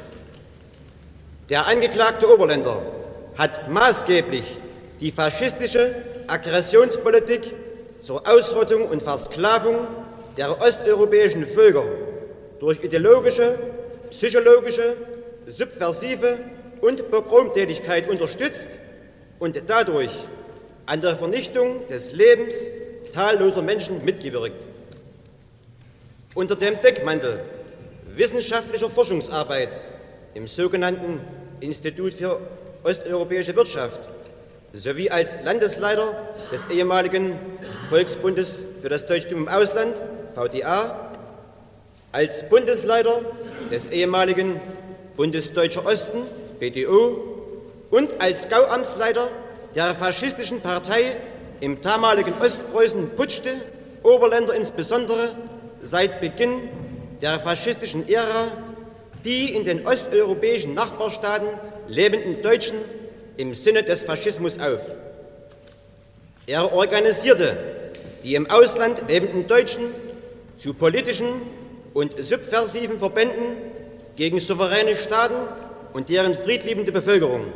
Der angeklagte Oberländer hat maßgeblich die faschistische Aggressionspolitik zur Ausrottung und Versklavung der osteuropäischen Völker durch ideologische, psychologische, subversive und Pogromtätigkeit unterstützt und dadurch an der Vernichtung des Lebens zahlloser Menschen mitgewirkt. Unter dem Deckmantel wissenschaftlicher Forschungsarbeit im sogenannten Institut für osteuropäische Wirtschaft sowie als Landesleiter des ehemaligen Volksbundes für das Deutschtum im Ausland, VDA, als Bundesleiter des ehemaligen Bundesdeutscher Osten, BDO, und als Gauamtsleiter der faschistischen Partei im damaligen Ostpreußen putschte, Oberländer insbesondere seit Beginn der faschistischen Ära die in den osteuropäischen Nachbarstaaten lebenden Deutschen im Sinne des Faschismus auf. Er organisierte die im Ausland lebenden Deutschen zu politischen und subversiven Verbänden gegen souveräne Staaten und deren friedliebende Bevölkerung.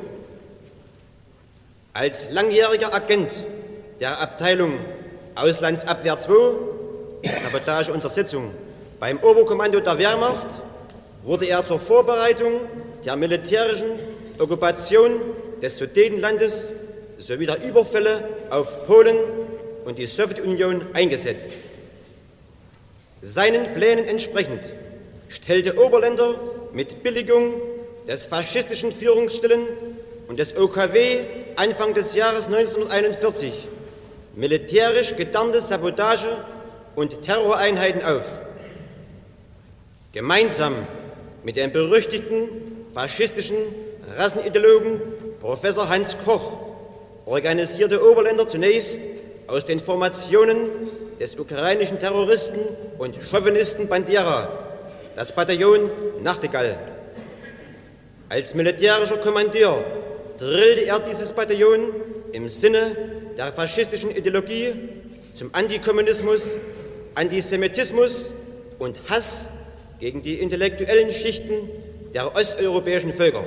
Als langjähriger Agent der Abteilung Auslandsabwehr II, Sabotage und Zersetzung beim Oberkommando der Wehrmacht, wurde er zur Vorbereitung der militärischen Okkupation des Sudetenlandes sowie der Überfälle auf Polen und die Sowjetunion eingesetzt. Seinen Plänen entsprechend stellte Oberländer mit Billigung des faschistischen Führungsstillen und des OKW Anfang des Jahres 1941 militärisch getarnte Sabotage- und Terroreinheiten auf. Gemeinsam mit dem berüchtigten faschistischen Rassenideologen Professor Hans Koch organisierte Oberländer zunächst aus den Formationen des ukrainischen Terroristen und Chauvinisten Bandera das Bataillon Nachtigall. Als militärischer Kommandeur drillte er dieses Bataillon im Sinne der faschistischen Ideologie zum Antikommunismus, Antisemitismus und Hass gegen die intellektuellen Schichten der osteuropäischen Völker.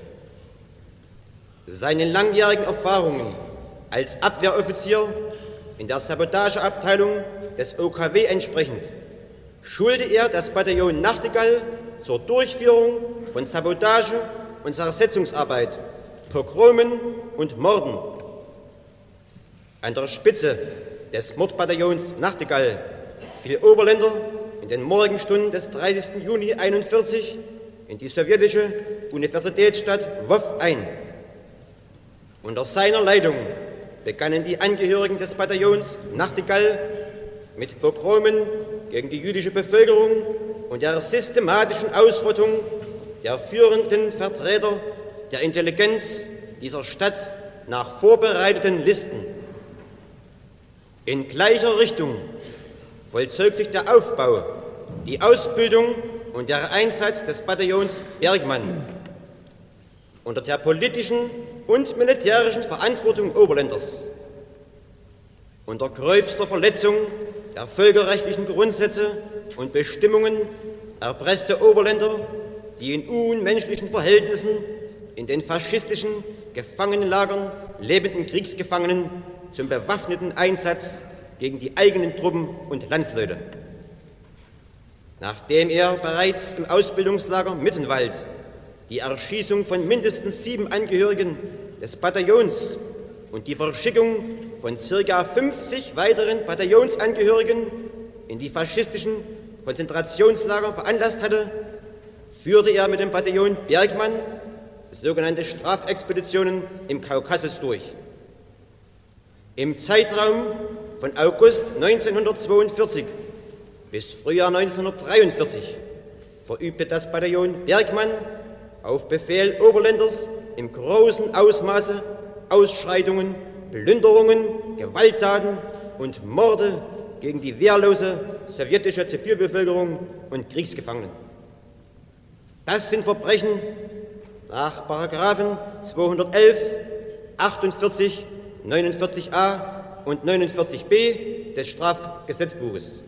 Seinen langjährigen Erfahrungen als Abwehroffizier in der Sabotageabteilung des OKW entsprechend schulte er das Bataillon Nachtigall zur Durchführung von Sabotage- und Zersetzungsarbeit, Pogromen und Morden. An der Spitze des Mordbataillons Nachtigall fiel Oberländer in den Morgenstunden des 30. Juni 1941 in die sowjetische Universitätsstadt Lwow ein. Unter seiner Leitung begannen die Angehörigen des Bataillons Nachtigall mit Pogromen gegen die jüdische Bevölkerung und der systematischen Ausrottung der führenden Vertreter der Intelligenz dieser Stadt nach vorbereiteten Listen. In gleicher Richtung vollzog sich der Aufbau, die Ausbildung und der Einsatz des Bataillons Bergmann unter der politischen und militärischen Verantwortung Oberländers, unter gröbster Verletzung der völkerrechtlichen Grundsätze und Bestimmungen erpresste Oberländer die in unmenschlichen Verhältnissen in den faschistischen Gefangenenlagern lebenden Kriegsgefangenen zum bewaffneten Einsatz gegen die eigenen Truppen und Landsleute. Nachdem er bereits im Ausbildungslager Mittenwald die Erschießung von mindestens 7 Angehörigen des Bataillons und die Verschickung von ca. 50 weiteren Bataillonsangehörigen in die faschistischen Konzentrationslager veranlasst hatte, führte er mit dem Bataillon Bergmann sogenannte Strafexpeditionen im Kaukasus durch. Im Zeitraum von August 1942 bis Frühjahr 1943 verübte das Bataillon Bergmann auf Befehl Oberländers im großen Ausmaße Ausschreitungen, Plünderungen, Gewalttaten und Morde gegen die wehrlose sowjetische Zivilbevölkerung und Kriegsgefangenen. Das sind Verbrechen nach Paragraphen 211, 48, 49a und 49b des Strafgesetzbuches.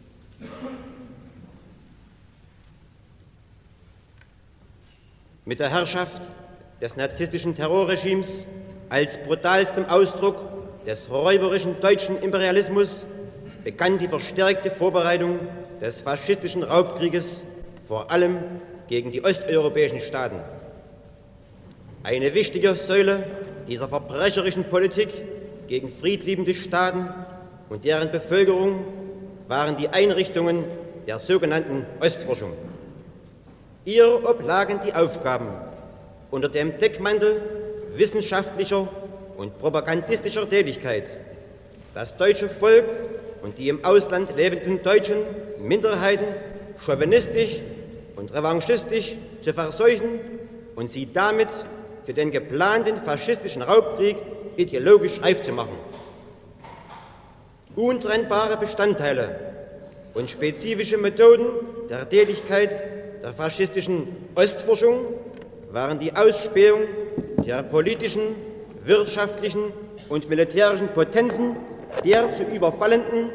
Mit der Herrschaft des narzisstischen Terrorregimes als brutalstem Ausdruck des räuberischen deutschen Imperialismus begann die verstärkte Vorbereitung des faschistischen Raubkrieges, vor allem gegen die osteuropäischen Staaten. Eine wichtige Säule dieser verbrecherischen Politik gegen friedliebende Staaten und deren Bevölkerung waren die Einrichtungen der sogenannten Ostforschung. Ihr oblagen die Aufgaben, unter dem Deckmantel wissenschaftlicher und propagandistischer Tätigkeit das deutsche Volk und die im Ausland lebenden deutschen Minderheiten chauvinistisch und revanchistisch zu verseuchen und sie damit für den geplanten faschistischen Raubkrieg ideologisch reif zu machen. Untrennbare Bestandteile und spezifische Methoden der Tätigkeit der faschistischen Ostforschung waren die Ausspähung der politischen, wirtschaftlichen und militärischen Potenzen der zu überfallenden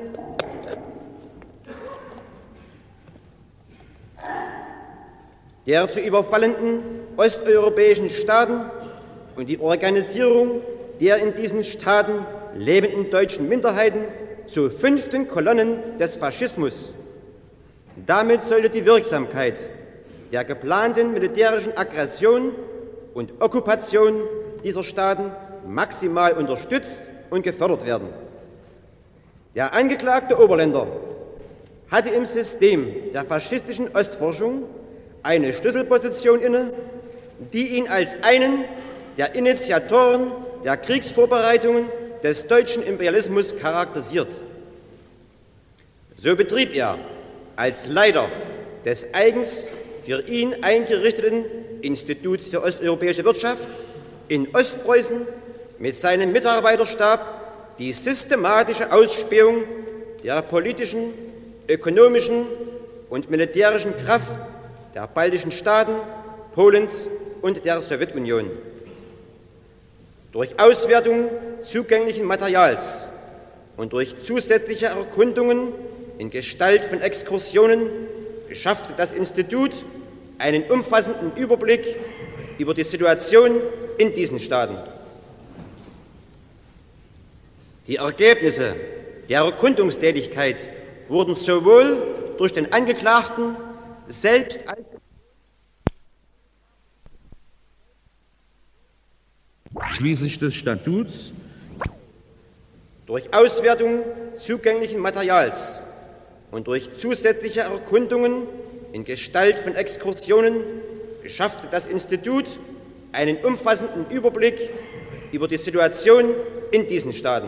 osteuropäischen Staaten und die Organisierung der in diesen Staaten lebenden deutschen Minderheiten zu 5. Kolonnen des Faschismus. Damit sollte die Wirksamkeit der geplanten militärischen Aggression und Okkupation dieser Staaten maximal unterstützt und gefördert werden. Der angeklagte Oberländer hatte im System der faschistischen Ostforschung eine Schlüsselposition inne, die ihn als einen der Initiatoren der Kriegsvorbereitungen des deutschen Imperialismus charakterisiert. So betrieb er als Leiter des eigens für ihn eingerichteten Instituts für osteuropäische Wirtschaft in Ostpreußen mit seinem Mitarbeiterstab die systematische Ausspähung der politischen, ökonomischen und militärischen Kraft der baltischen Staaten, Polens und der Sowjetunion. Durch Auswertung zugänglichen Materials und durch zusätzliche Erkundungen in Gestalt von Exkursionen beschaffte das Institut einen umfassenden Überblick über die Situation in diesen Staaten. Die Ergebnisse der Erkundungstätigkeit wurden sowohl durch den Angeklagten selbst als schließlich des Statuts durch Auswertung zugänglichen Materials und durch zusätzliche Erkundungen in Gestalt von Exkursionen beschaffte das Institut einen umfassenden Überblick über die Situation in diesen Staaten.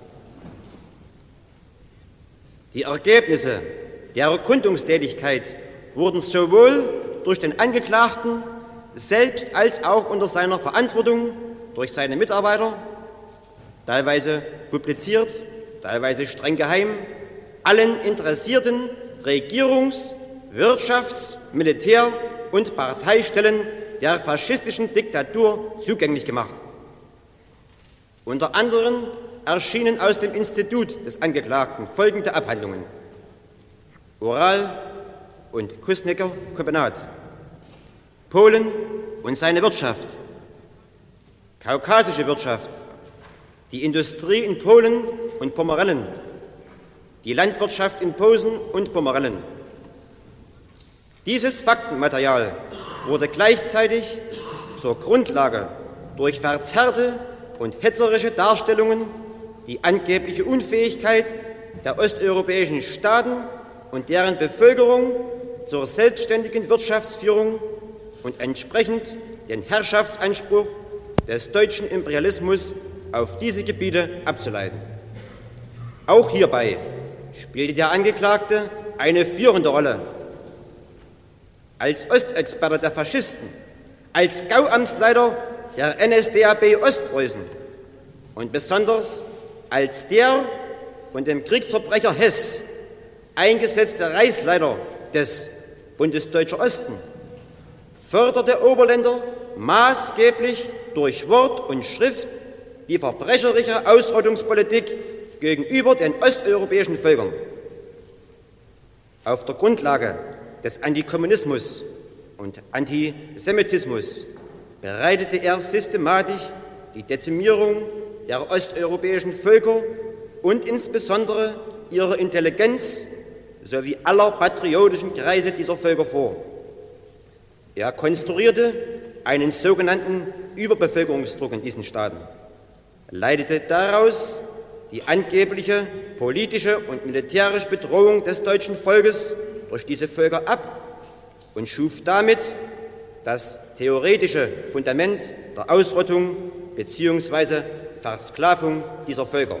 Die Ergebnisse der Erkundungstätigkeit wurden sowohl durch den Angeklagten selbst als auch unter seiner Verantwortung durch seine Mitarbeiter, teilweise publiziert, teilweise streng geheim, allen interessierten Regierungs-, Wirtschafts-, Militär- und Parteistellen der faschistischen Diktatur zugänglich gemacht. Unter anderem erschienen aus dem Institut des Angeklagten folgende Abhandlungen: Ural und Kusnecker Kombinat, Polen und seine Wirtschaft, kaukasische Wirtschaft, die Industrie in Polen und Pomerellen, die Landwirtschaft in Posen und Pomerellen. Dieses Faktenmaterial wurde gleichzeitig zur Grundlage durch verzerrte und hetzerische Darstellungen die angebliche Unfähigkeit der osteuropäischen Staaten und deren Bevölkerung zur selbstständigen Wirtschaftsführung und entsprechend den Herrschaftsanspruch des deutschen Imperialismus auf diese Gebiete abzuleiten. Auch hierbei spielte der Angeklagte eine führende Rolle. Als Ostexperte der Faschisten, als Gauamtsleiter der NSDAP Ostpreußen und besonders als der von dem Kriegsverbrecher Hess eingesetzte Reichsleiter des Bundes Deutscher Osten, förderte Oberländer maßgeblich durch Wort und Schrift die verbrecherische Ausrottungspolitik gegenüber den osteuropäischen Völkern. Auf der Grundlage des Antikommunismus und Antisemitismus bereitete er systematisch die Dezimierung der osteuropäischen Völker und insbesondere ihrer Intelligenz sowie aller patriotischen Kreise dieser Völker vor. Er konstruierte einen sogenannten Überbevölkerungsdruck in diesen Staaten, leitete daraus die angebliche politische und militärische Bedrohung des deutschen Volkes durch diese Völker ab und schuf damit das theoretische Fundament der Ausrottung bzw. Versklavung dieser Völker.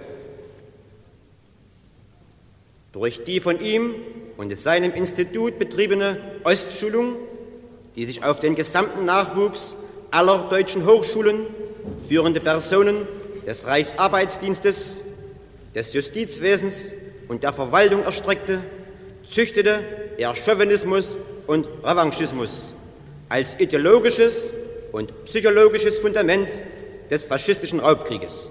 Durch die von ihm und seinem Institut betriebene Ostschulung, die sich auf den gesamten Nachwuchs aller deutschen Hochschulen, führende Personen des Reichsarbeitsdienstes, des Justizwesens und der Verwaltung erstreckte, züchtete er Chauvinismus und Revanchismus als ideologisches und psychologisches Fundament des faschistischen Raubkrieges.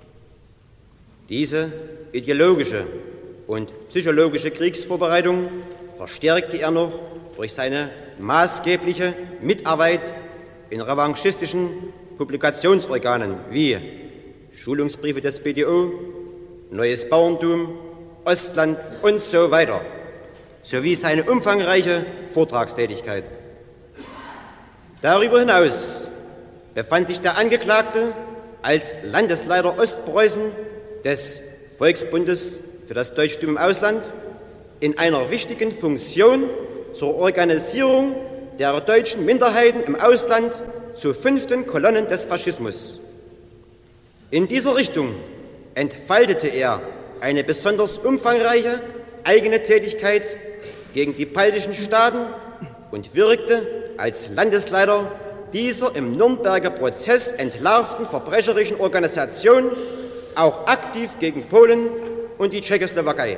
Diese ideologische und psychologische Kriegsvorbereitung verstärkte er noch durch seine maßgebliche Mitarbeit in revanchistischen Publikationsorganen wie Schulungsbriefe des BDO, Neues Bauerntum, Ostland und so weiter, sowie seine umfangreiche Vortragstätigkeit. Darüber hinaus befand sich der Angeklagte als Landesleiter Ostpreußen des Volksbundes für das Deutschtum im Ausland in einer wichtigen Funktion zur Organisierung der deutschen Minderheiten im Ausland zu 5. Kolonnen des Faschismus. In dieser Richtung entfaltete er eine besonders umfangreiche eigene Tätigkeit gegen die baltischen Staaten und wirkte als Landesleiter dieser im Nürnberger Prozess entlarvten verbrecherischen Organisation auch aktiv gegen Polen und die Tschechoslowakei.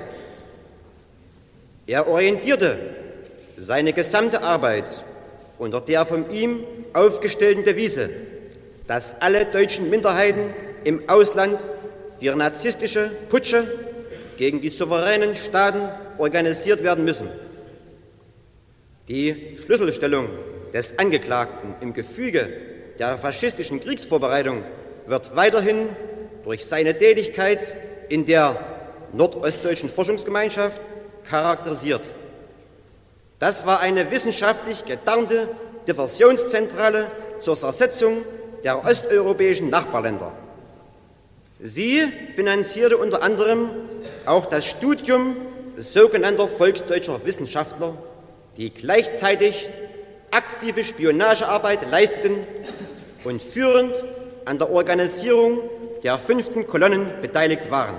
Er orientierte seine gesamte Arbeit unter der von ihm aufgestellten Devise, dass alle deutschen Minderheiten im Ausland für narzisstische Putsche gegen die souveränen Staaten organisiert werden müssen. Die Schlüsselstellung des Angeklagten im Gefüge der faschistischen Kriegsvorbereitung wird weiterhin durch seine Tätigkeit in der Nordostdeutschen Forschungsgemeinschaft charakterisiert. Das war eine wissenschaftlich getarnte Diversionszentrale zur Zersetzung der osteuropäischen Nachbarländer. Sie finanzierte unter anderem auch das Studium sogenannter volksdeutscher Wissenschaftler, die gleichzeitig aktive Spionagearbeit leisteten und führend an der Organisierung der 5. Kolonnen beteiligt waren.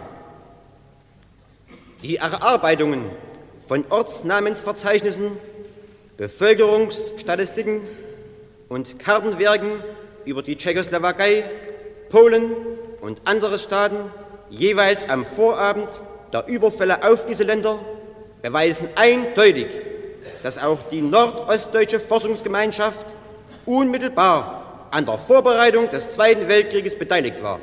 Die Erarbeitungen von Ortsnamensverzeichnissen, Bevölkerungsstatistiken und Kartenwerken über die Tschechoslowakei, Polen und andere Staaten jeweils am Vorabend der Überfälle auf diese Länder beweisen eindeutig, dass auch die nordostdeutsche Forschungsgemeinschaft unmittelbar an der Vorbereitung des Zweiten Weltkrieges beteiligt war.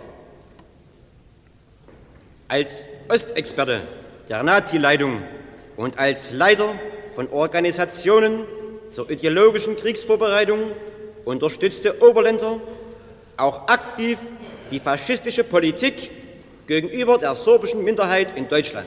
Als Ostexperte der Nazi-Leitung und als Leiter von Organisationen zur ideologischen Kriegsvorbereitung unterstützte Oberländer auch aktiv die faschistische Politik gegenüber der sorbischen Minderheit in Deutschland.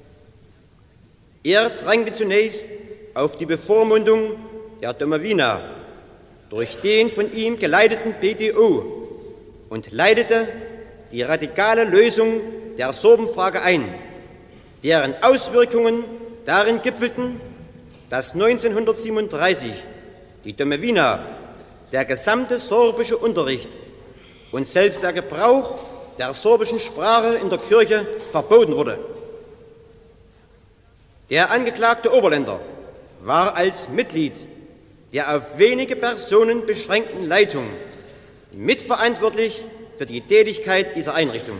Er drängte zunächst auf die Bevormundung der Domowina durch den von ihm geleiteten BDO und leitete die radikale Lösung der Sorbenfrage ein, deren Auswirkungen darin gipfelten, dass 1937 die Domowina, der gesamte sorbische Unterricht und selbst der Gebrauch der sorbischen Sprache in der Kirche verboten wurde. Der angeklagte Oberländer war als Mitglied der auf wenige Personen beschränkten Leitung mitverantwortlich für die Tätigkeit dieser Einrichtung.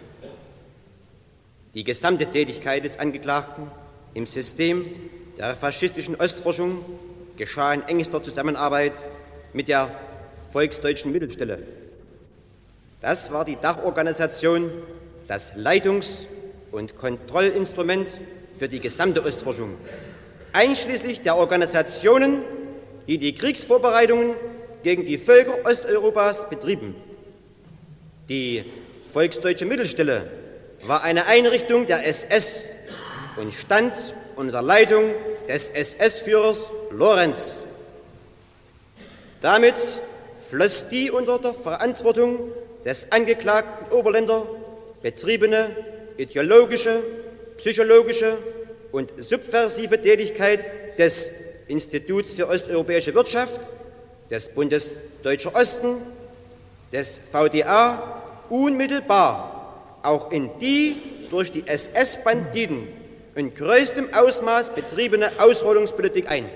Die gesamte Tätigkeit des Angeklagten im System der faschistischen Ostforschung geschah in engster Zusammenarbeit mit der Volksdeutschen Mittelstelle. Das war die Dachorganisation, das Leitungs- und Kontrollinstrument für die gesamte Ostforschung, einschließlich der Organisationen, die die Kriegsvorbereitungen gegen die Völker Osteuropas betrieben. Die Volksdeutsche Mittelstelle war eine Einrichtung der SS und stand unter der Leitung des SS-Führers Lorenz. Damit floss die unter der Verantwortung des angeklagten Oberländer betriebene ideologische, psychologische und subversive Tätigkeit des Instituts für osteuropäische Wirtschaft, des Bundes Deutscher Osten, des VDA unmittelbar auch in die durch die SS-Banditen in größtem Ausmaß betriebene Ausrottungspolitik ein.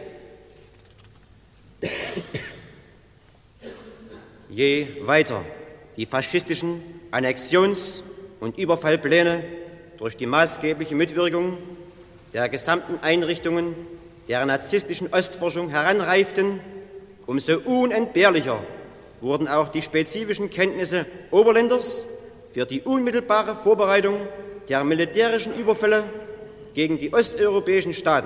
Je weiter die faschistischen Annexions- und Überfallpläne durch die maßgebliche Mitwirkung der gesamten Einrichtungen der narzisstischen Ostforschung heranreiften, umso unentbehrlicher wurden auch die spezifischen Kenntnisse Oberländers für die unmittelbare Vorbereitung der militärischen Überfälle gegen die osteuropäischen Staaten.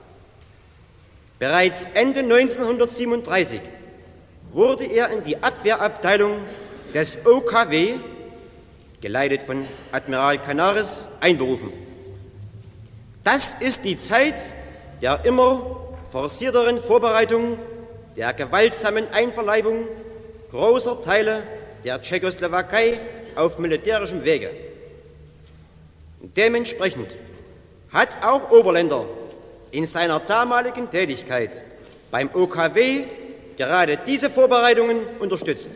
Bereits Ende 1937 wurde er in die Abwehrabteilung des OKW, geleitet von Admiral Canaris, einberufen. Das ist die Zeit der immer forcierteren Vorbereitung der gewaltsamen Einverleibung großer Teile der Tschechoslowakei auf militärischem Wege. Dementsprechend hat auch Oberländer in seiner damaligen Tätigkeit beim OKW gerade diese Vorbereitungen unterstützt.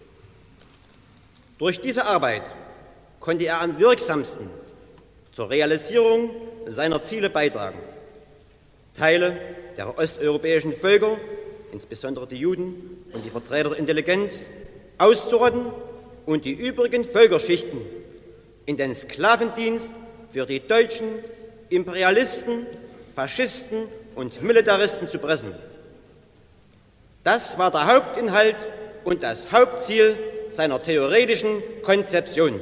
Durch diese Arbeit konnte er am wirksamsten zur Realisierung seiner Ziele beitragen. Teile der osteuropäischen Völker, insbesondere die Juden und die Vertreter der Intelligenz, auszurotten und die übrigen Völkerschichten in den Sklavendienst für die deutschen Imperialisten, Faschisten und Militaristen zu pressen. Das war der Hauptinhalt und das Hauptziel seiner theoretischen Konzeption.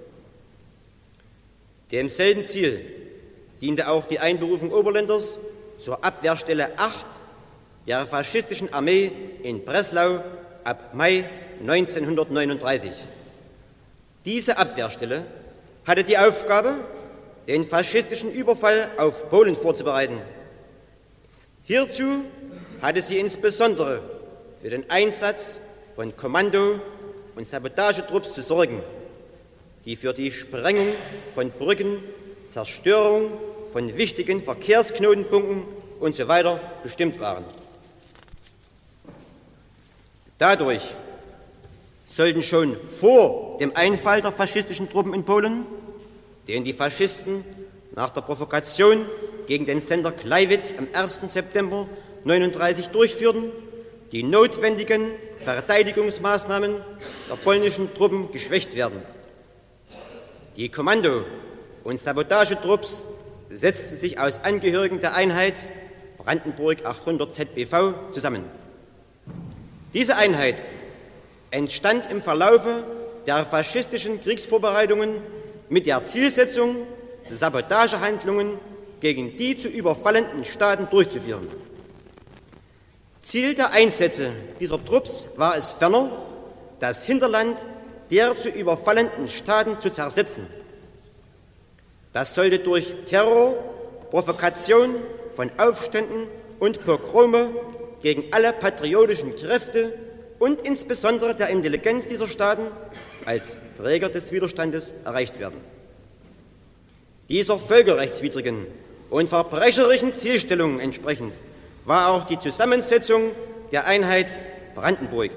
Demselben Ziel diente auch die Einberufung Oberländers zur Abwehrstelle 8 der faschistischen Armee in Breslau ab Mai 1939. Diese Abwehrstelle hatte die Aufgabe, den faschistischen Überfall auf Polen vorzubereiten. Hierzu hatte sie insbesondere für den Einsatz von Kommando- und Sabotagetrupps zu sorgen, die für die Sprengung von Brücken, Zerstörung von wichtigen Verkehrsknotenpunkten usw. bestimmt waren. Dadurch sollten schon vor dem Einfall der faschistischen Truppen in Polen, den die Faschisten nach der Provokation gegen den Sender Gleiwitz am 1. September 1939 durchführten, die notwendigen Verteidigungsmaßnahmen der polnischen Truppen geschwächt werden. Die Kommando- und Sabotagetrupps setzten sich aus Angehörigen der Einheit Brandenburg 800 ZBV zusammen. Diese Einheit entstand im Verlaufe der faschistischen Kriegsvorbereitungen mit der Zielsetzung, Sabotagehandlungen gegen die zu überfallenden Staaten durchzuführen. Ziel der Einsätze dieser Trupps war es ferner, das Hinterland der zu überfallenden Staaten zu zersetzen. Das sollte durch Terror, Provokation von Aufständen und Pogrome gegen alle patriotischen Kräfte und insbesondere der Intelligenz dieser Staaten als Träger des Widerstandes erreicht werden. Dieser völkerrechtswidrigen und verbrecherischen Zielstellung entsprechend war auch die Zusammensetzung der Einheit Brandenburg.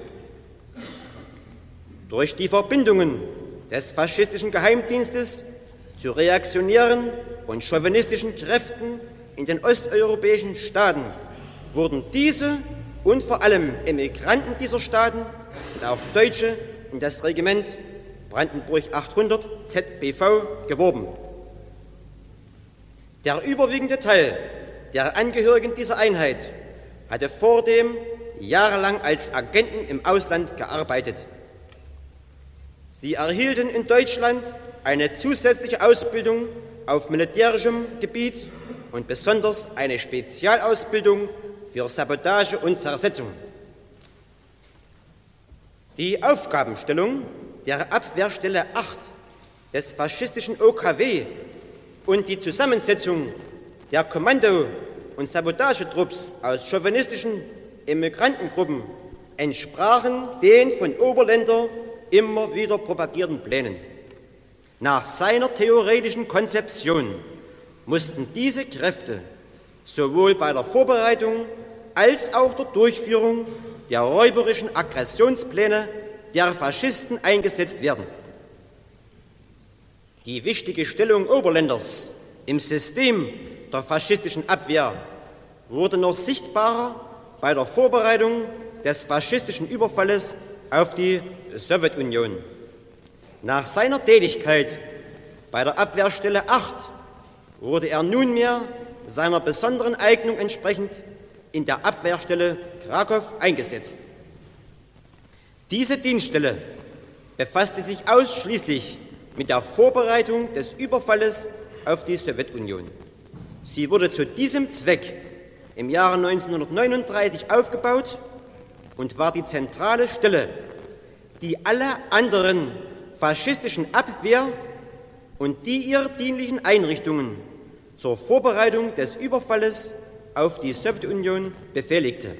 Durch die Verbindungen des faschistischen Geheimdienstes zu reaktionären und chauvinistischen Kräften in den osteuropäischen Staaten wurden diese und vor allem Emigranten dieser Staaten und auch Deutsche in das Regiment Brandenburg 800 ZBV geworben. Der überwiegende Teil der Angehörigen dieser Einheit hatte vordem jahrelang als Agenten im Ausland gearbeitet. Sie erhielten in Deutschland eine zusätzliche Ausbildung auf militärischem Gebiet und besonders eine Spezialausbildung für Sabotage und Zersetzung. Die Aufgabenstellung der Abwehrstelle 8 des faschistischen OKW und die Zusammensetzung der Kommando- und Sabotagetrupps aus chauvinistischen Emmigrantengruppen entsprachen den von Oberländer immer wieder propagierten Plänen. Nach seiner theoretischen Konzeption mussten diese Kräfte sowohl bei der Vorbereitung als auch der Durchführung der räuberischen Aggressionspläne der Faschisten eingesetzt werden. Die wichtige Stellung Oberländers im System der faschistischen Abwehr wurde noch sichtbarer bei der Vorbereitung des faschistischen Überfalles auf die Sowjetunion. Nach seiner Tätigkeit bei der Abwehrstelle 8 wurde er nunmehr seiner besonderen Eignung entsprechend in der Abwehrstelle Krakow eingesetzt. Diese Dienststelle befasste sich ausschließlich mit der Vorbereitung des Überfalles auf die Sowjetunion. Sie wurde zu diesem Zweck im Jahre 1939 aufgebaut und war die zentrale Stelle, die alle anderen faschistischen Abwehr- und die ihr dienlichen Einrichtungen zur Vorbereitung des Überfalles auf die Sowjetunion befehligte.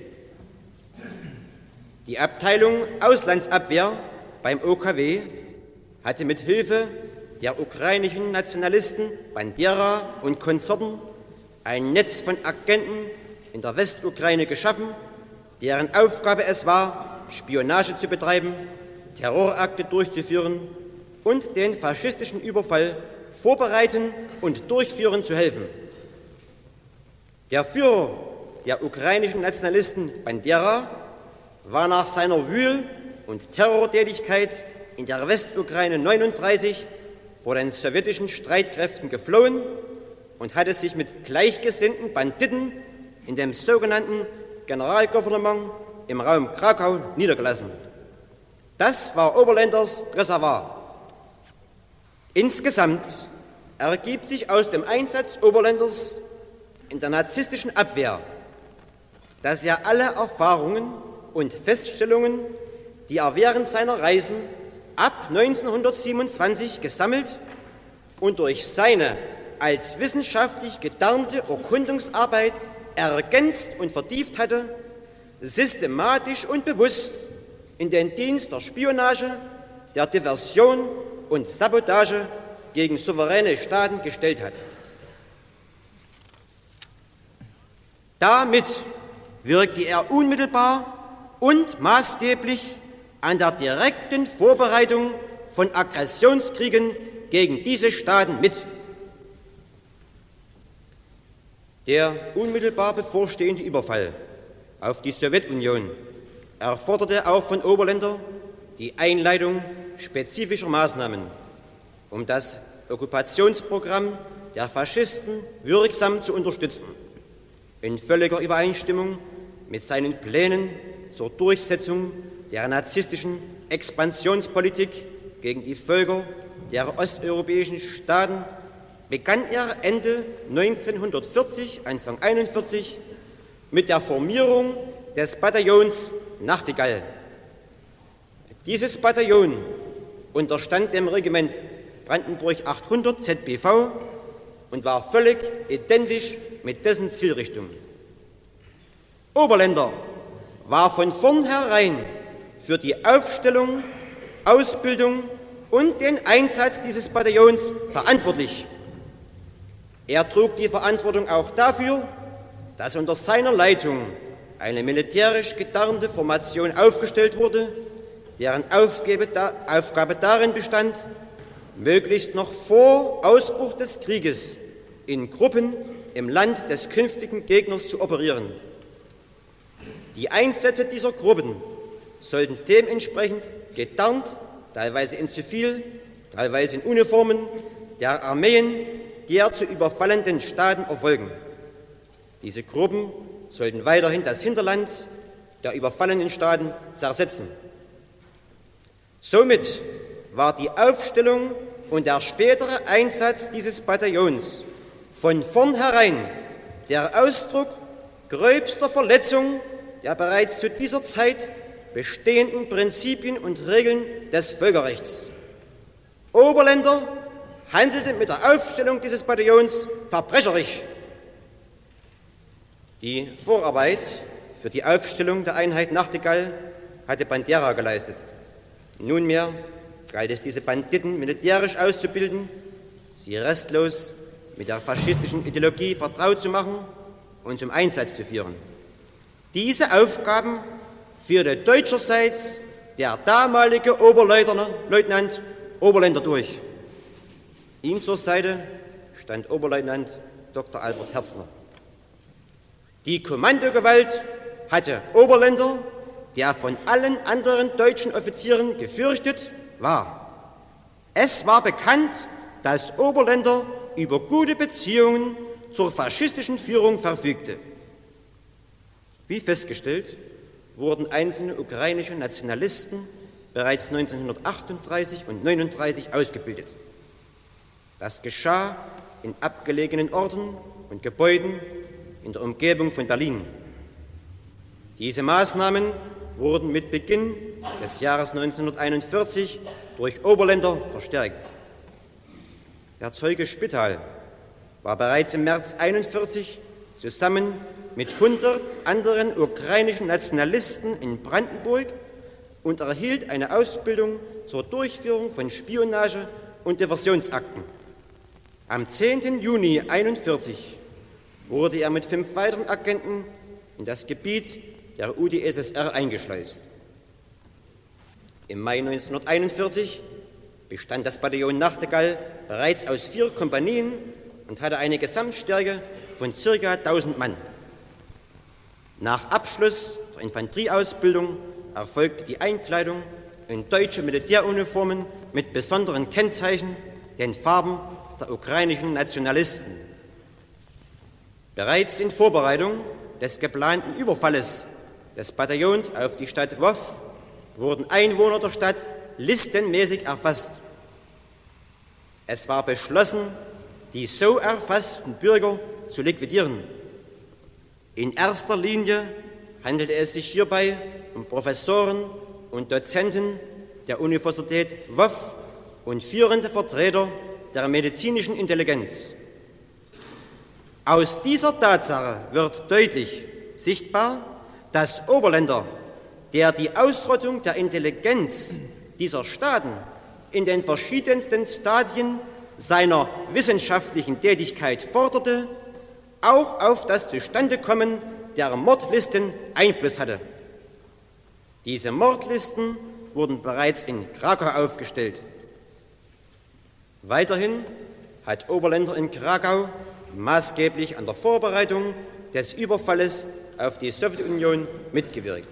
Die Abteilung Auslandsabwehr beim OKW hatte mit Hilfe der ukrainischen Nationalisten Bandera und Konsorten ein Netz von Agenten in der Westukraine geschaffen, deren Aufgabe es war, Spionage zu betreiben, Terrorakte durchzuführen und den faschistischen Überfall vorbereiten und durchführen zu helfen. Der Führer der ukrainischen Nationalisten Bandera war nach seiner Wühl- und Terrortätigkeit in der Westukraine 1939 vor den sowjetischen Streitkräften geflohen und hatte sich mit gleichgesinnten Banditen in dem sogenannten Generalgouvernement im Raum Krakau niedergelassen. Das war Oberländers Reservoir. Insgesamt ergibt sich aus dem Einsatz Oberländers in der narzisstischen Abwehr, dass er alle Erfahrungen und Feststellungen, die er während seiner Reisen ab 1927 gesammelt und durch seine als wissenschaftlich getarnte Erkundungsarbeit ergänzt und vertieft hatte, systematisch und bewusst in den Dienst der Spionage, der Diversion und Sabotage gegen souveräne Staaten gestellt hat. Damit wirkte er unmittelbar und maßgeblich an der direkten Vorbereitung von Aggressionskriegen gegen diese Staaten mit. Der unmittelbar bevorstehende Überfall auf die Sowjetunion erforderte auch von Oberländer die Einleitung spezifischer Maßnahmen, um das Okkupationsprogramm der Faschisten wirksam zu unterstützen, in völliger Übereinstimmung mit seinen Plänen zur Durchsetzung der narzisstischen Expansionspolitik gegen die Völker der osteuropäischen Staaten begann er Ende 1940, Anfang 1941 mit der Formierung des Bataillons Nachtigall. Dieses Bataillon unterstand dem Regiment Brandenburg 800 ZBV und war völlig identisch mit dessen Zielrichtung. Oberländer war von vornherein für die Aufstellung, Ausbildung und den Einsatz dieses Bataillons verantwortlich. Er trug die Verantwortung auch dafür, dass unter seiner Leitung eine militärisch getarnte Formation aufgestellt wurde, deren Aufgabe darin bestand, möglichst noch vor Ausbruch des Krieges in Gruppen im Land des künftigen Gegners zu operieren. Die Einsätze dieser Gruppen sollten dementsprechend getarnt, teilweise in Zivil, teilweise in Uniformen der Armeen der zu überfallenden Staaten erfolgen. Diese Gruppen sollten weiterhin das Hinterland der überfallenen Staaten zersetzen. Somit war die Aufstellung und der spätere Einsatz dieses Bataillons von vornherein der Ausdruck gröbster Verletzung der bereits zu dieser Zeit bestehenden Prinzipien und Regeln des Völkerrechts. Oberländer handelte mit der Aufstellung dieses Bataillons verbrecherisch. Die Vorarbeit für die Aufstellung der Einheit Nachtigall hatte Bandera geleistet. Nunmehr galt es, diese Banditen militärisch auszubilden, sie restlos mit der faschistischen Ideologie vertraut zu machen und zum Einsatz zu führen. Diese Aufgaben führte deutscherseits der damalige Oberleutnant Oberländer durch. Ihm zur Seite stand Oberleutnant Dr. Albert Herzner. Die Kommandogewalt hatte Oberländer, der von allen anderen deutschen Offizieren gefürchtet war. Es war bekannt, dass Oberländer über gute Beziehungen zur faschistischen Führung verfügte. Wie festgestellt, wurden einzelne ukrainische Nationalisten bereits 1938 und 1939 ausgebildet. Das geschah in abgelegenen Orten und Gebäuden in der Umgebung von Berlin. Diese Maßnahmen wurden mit Beginn des Jahres 1941 durch Oberländer verstärkt. Der Zeuge Spittal war bereits im März 1941 zusammen mit 100 anderen ukrainischen Nationalisten in Brandenburg und erhielt eine Ausbildung zur Durchführung von Spionage- und Diversionsakten. Am 10. Juni 1941 wurde er mit 5 weiteren Agenten in das Gebiet der UdSSR eingeschleust. Im Mai 1941 bestand das Bataillon Nachtigall bereits aus 4 Kompanien und hatte eine Gesamtstärke von ca. 1000 Mann. Nach Abschluss der Infanterieausbildung erfolgte die Einkleidung in deutsche Militäruniformen mit besonderen Kennzeichen, den Farben der ukrainischen Nationalisten. Bereits in Vorbereitung des geplanten Überfalles des Bataillons auf die Stadt Lwow wurden Einwohner der Stadt listenmäßig erfasst. Es war beschlossen, die so erfassten Bürger zu liquidieren. In erster Linie handelte es sich hierbei um Professoren und Dozenten der Universität Lwow und führende Vertreter der medizinischen Intelligenz. Aus dieser Tatsache wird deutlich sichtbar, dass Oberländer, der die Ausrottung der Intelligenz dieser Staaten in den verschiedensten Stadien seiner wissenschaftlichen Tätigkeit forderte, auch auf das Zustandekommen der Mordlisten Einfluss hatte. Diese Mordlisten wurden bereits in Krakau aufgestellt. Weiterhin hat Oberländer in Krakau maßgeblich an der Vorbereitung des Überfalles auf die Sowjetunion mitgewirkt.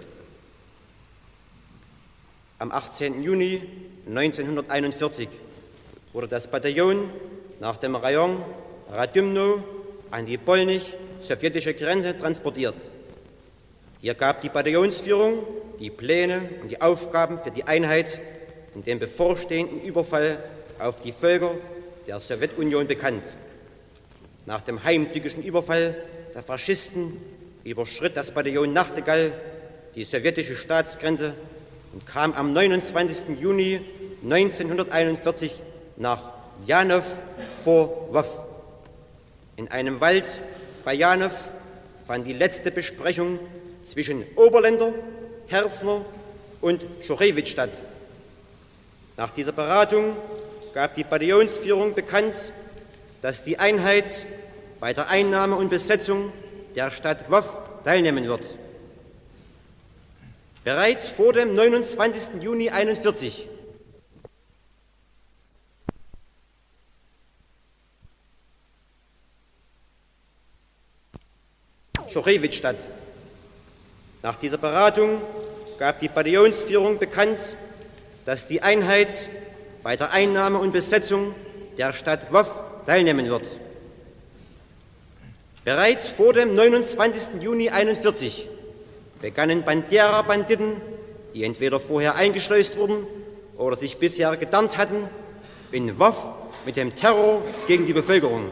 Am 18. Juni 1941 wurde das Bataillon nach dem Rayon Radymno an die polnisch-sowjetische Grenze transportiert. Hier gab die Bataillonsführung die Pläne und die Aufgaben für die Einheit in dem bevorstehenden Überfall auf die Völker der Sowjetunion bekannt. Nach dem heimtückischen Überfall der Faschisten überschritt das Bataillon Nachtigall die sowjetische Staatsgrenze und kam am 29. Juni 1941 nach Janov vor Lwow. In einem Wald bei Janov fand die letzte Besprechung zwischen Oberländer, Herzner und Schorewitsch statt. Nach dieser Beratung gab die Bataillonsführung bekannt, dass die Einheit bei der Einnahme und Besetzung der Stadt Lwow teilnehmen wird. Bereits vor dem 29. Juni 1941 Schorewitsch statt. Nach dieser Beratung gab die Bataillonsführung bekannt, dass die Einheit bei der Einnahme und Besetzung der Stadt Lwow teilnehmen wird. Bereits vor dem 29. Juni 1941 begannen Bandera-Banditen, die entweder vorher eingeschleust wurden oder sich bisher getarnt hatten, in Lwow mit dem Terror gegen die Bevölkerung.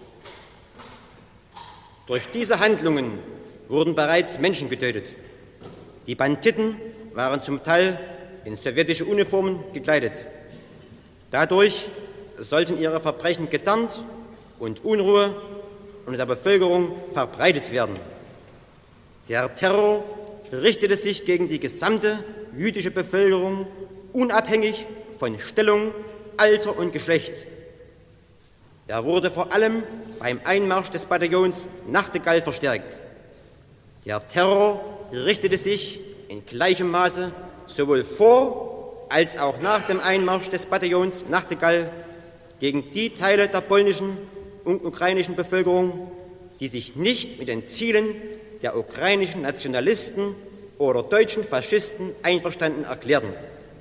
Durch diese Handlungen wurden bereits Menschen getötet. Die Banditen waren zum Teil in sowjetische Uniformen gekleidet. Dadurch sollten ihre Verbrechen getarnt und Unruhe unter der Bevölkerung verbreitet werden. Der Terror richtete sich gegen die gesamte jüdische Bevölkerung, unabhängig von Stellung, Alter und Geschlecht. Er wurde vor allem beim Einmarsch des Bataillons Nachtigall verstärkt. Der Terror richtete sich in gleichem Maße sowohl vor als auch nach dem Einmarsch des Bataillons Nachtigall gegen die Teile der polnischen und ukrainischen Bevölkerung, die sich nicht mit den Zielen der ukrainischen Nationalisten oder deutschen Faschisten einverstanden erklärten.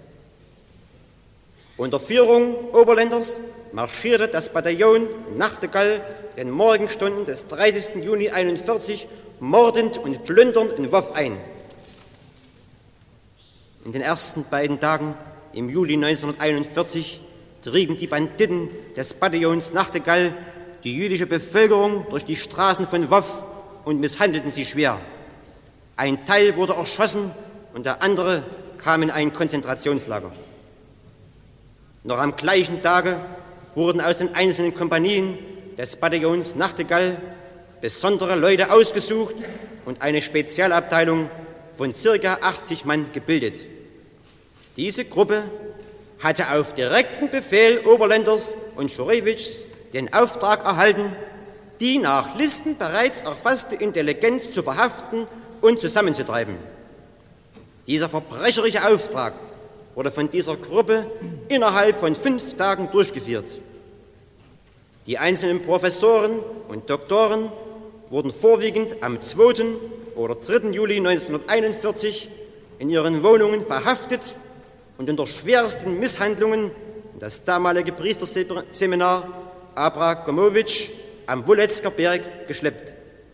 Unter Führung Oberländers marschierte das Bataillon Nachtigall den Morgenstunden des 30. Juni 1941 mordend und plündernd in Lwow ein. In den ersten beiden Tagen im Juli 1941 trieben die Banditen des Bataillons Nachtigall die jüdische Bevölkerung durch die Straßen von Lwow und misshandelten sie schwer. Ein Teil wurde erschossen und der andere kam in ein Konzentrationslager. Noch am gleichen Tage wurden aus den einzelnen Kompanien des Bataillons Nachtigall besondere Leute ausgesucht und eine Spezialabteilung von ca. 80 Mann gebildet. Diese Gruppe hatte auf direkten Befehl Oberländers und Schorewitschs den Auftrag erhalten, die nach Listen bereits erfasste Intelligenz zu verhaften und zusammenzutreiben. Dieser verbrecherische Auftrag wurde von dieser Gruppe innerhalb von 5 Tagen durchgeführt. Die einzelnen Professoren und Doktoren wurden vorwiegend am 2. oder 3. Juli 1941 in ihren Wohnungen verhaftet und unter schwersten Misshandlungen in das damalige Priesterseminar Abrakomowitsch am Woletzker Berg geschleppt.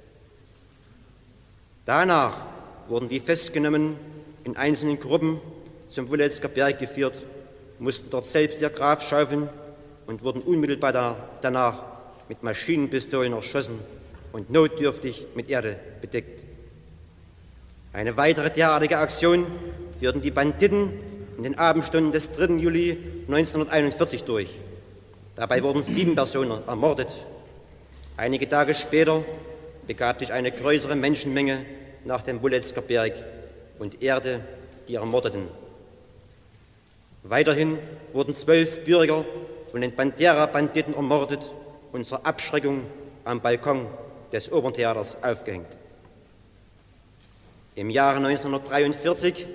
Danach wurden die Festgenommenen in einzelnen Gruppen zum Woletzker Berg geführt, mussten dort selbst ihr Grab schaufeln und wurden unmittelbar danach mit Maschinenpistolen erschossen und notdürftig mit Erde bedeckt. Eine weitere derartige Aktion führten die Banditen in den Abendstunden des 3. Juli 1941 durch. Dabei wurden 7 Personen ermordet. Einige Tage später begab sich eine größere Menschenmenge nach dem Woletzker Berg und ehrte die Ermordeten. Weiterhin wurden 12 Bürger von den Bandera-Banditen ermordet und zur Abschreckung am Balkon des Operntheaters aufgehängt. Im Jahre 1943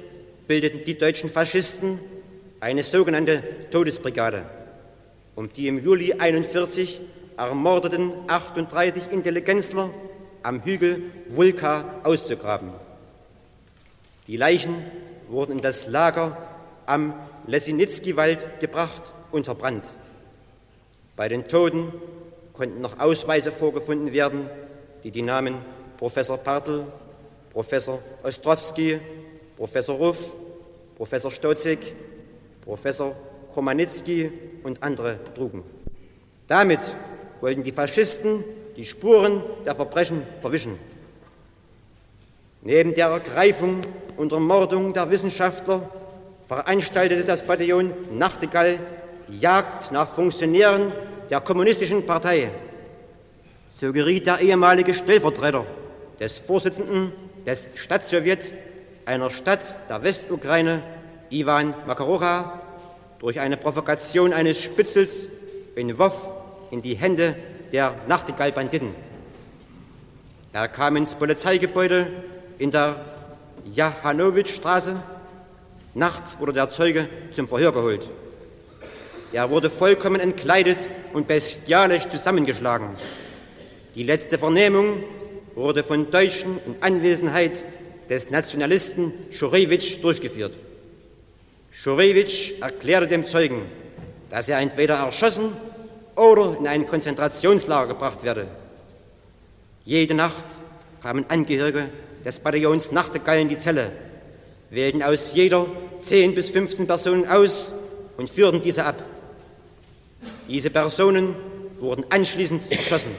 bildeten die deutschen Faschisten eine sogenannte Todesbrigade, um die im Juli 1941 ermordeten 38 Intelligenzler am Hügel Vulka auszugraben. Die Leichen wurden in das Lager am Lesinitzky-Wald gebracht und verbrannt. Bei den Toten konnten noch Ausweise vorgefunden werden, die die Namen Professor Bartel, Professor Ostrowski, Professor Ruff, Professor Stotzig, Professor Komanitzki und andere trugen. Damit wollten die Faschisten die Spuren der Verbrechen verwischen. Neben der Ergreifung und Ermordung der Wissenschaftler veranstaltete das Bataillon Nachtigall Jagd nach Funktionären der Kommunistischen Partei. So geriet der ehemalige Stellvertreter des Vorsitzenden des Stadtsowjet einer Stadt der Westukraine, Iwan Makarocha, durch eine Provokation eines Spitzels in Wow in die Hände der Nachtigall-Banditen. Er kam ins Polizeigebäude in der Jahanowitschstraße. Nachts wurde der Zeuge zum Verhör geholt. Er wurde vollkommen entkleidet und bestialisch zusammengeschlagen. Die letzte Vernehmung wurde von Deutschen in Anwesenheit des Nationalisten Schurewitsch durchgeführt. Schurewitsch erklärte dem Zeugen, dass er entweder erschossen oder in ein Konzentrationslager gebracht werde. Jede Nacht kamen Angehörige des Bataillons Nachtigall in die Zelle, wählten aus jeder 10 bis 15 Personen aus und führten diese ab. Diese Personen wurden anschließend erschossen.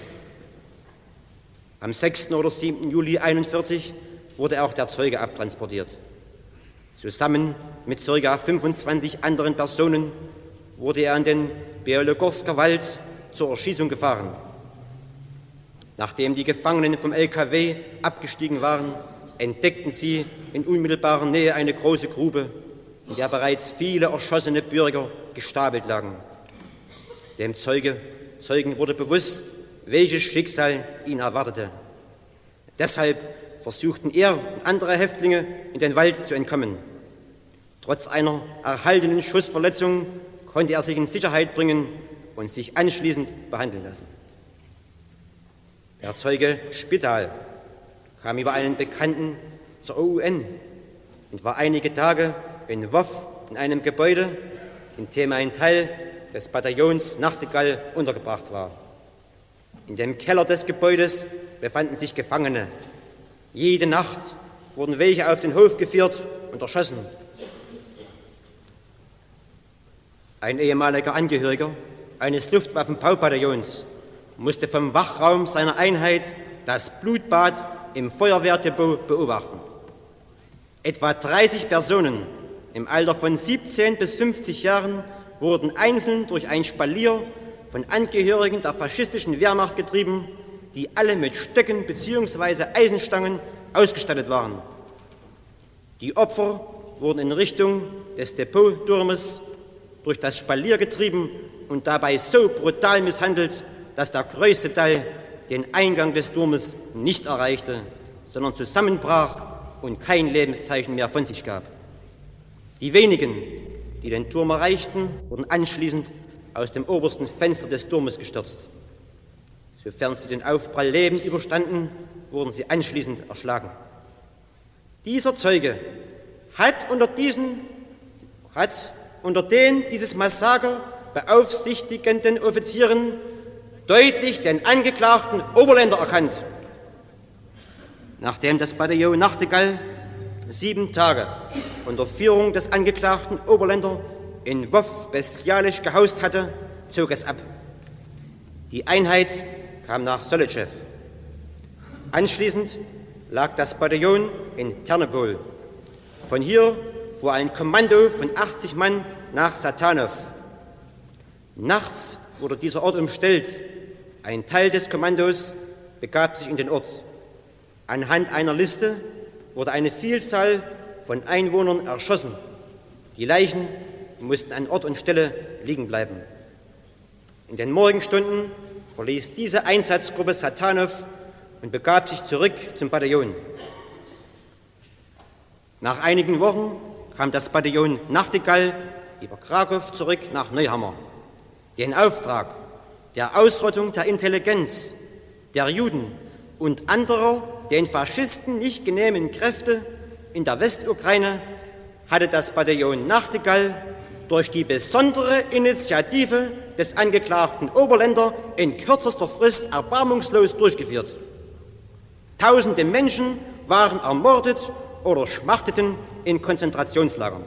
Am 6. oder 7. Juli 1941 wurde auch der Zeuge abtransportiert. Zusammen mit ca. 25 anderen Personen wurde er in den Białogorsker Wald zur Erschießung gefahren. Nachdem die Gefangenen vom LKW abgestiegen waren, entdeckten sie in unmittelbarer Nähe eine große Grube, in der bereits viele erschossene Bürger gestapelt lagen. Dem Zeugen wurde bewusst, welches Schicksal ihn erwartete. Deshalb versuchten er und andere Häftlinge in den Wald zu entkommen. Trotz einer erhaltenen Schussverletzung konnte er sich in Sicherheit bringen und sich anschließend behandeln lassen. Der Zeuge Spital kam über einen Bekannten zur OUN und war einige Tage in Wow in einem Gebäude, in dem ein Teil des Bataillons Nachtigall untergebracht war. In dem Keller des Gebäudes befanden sich Gefangene. Jede Nacht wurden welche auf den Hof geführt und erschossen. Ein ehemaliger Angehöriger eines Luftwaffenbaubataillons musste vom Wachraum seiner Einheit das Blutbad im Feuerwehrdepot beobachten. Etwa 30 Personen im Alter von 17 bis 50 Jahren wurden einzeln durch ein Spalier von Angehörigen der faschistischen Wehrmacht getrieben, die alle mit Stöcken bzw. Eisenstangen ausgestattet waren. Die Opfer wurden in Richtung des Depotturmes durch das Spalier getrieben und dabei so brutal misshandelt, dass der größte Teil den Eingang des Turmes nicht erreichte, sondern zusammenbrach und kein Lebenszeichen mehr von sich gab. Die wenigen, die den Turm erreichten, wurden anschließend aus dem obersten Fenster des Turmes gestürzt. Sofern sie den Aufprall lebend überstanden, wurden sie anschließend erschlagen. Dieser Zeuge hat unter den dieses Massaker beaufsichtigenden Offizieren deutlich den Angeklagten Oberländer erkannt. Nachdem das Bataillon Nachtigall 7 Tage unter Führung des Angeklagten Oberländer in Wow bestialisch gehaust hatte, zog es ab. Die Einheit kam nach Soletschew. Anschließend lag das Bataillon in Ternopol. Von hier fuhr ein Kommando von 80 Mann nach Satanow. Nachts wurde dieser Ort umstellt. Ein Teil des Kommandos begab sich in den Ort. Anhand einer Liste wurde eine Vielzahl von Einwohnern erschossen. Die Leichen mussten an Ort und Stelle liegen bleiben. In den Morgenstunden verließ diese Einsatzgruppe Satanow und begab sich zurück zum Bataillon. Nach einigen Wochen kam das Bataillon Nachtigall über Krakow zurück nach Neuhammer. Den Auftrag der Ausrottung der Intelligenz, der Juden und anderer den Faschisten nicht genehmen Kräfte in der Westukraine hatte das Bataillon Nachtigall durch die besondere Initiative des angeklagten Oberländer in kürzester Frist erbarmungslos durchgeführt. Tausende Menschen waren ermordet oder schmachteten in Konzentrationslagern.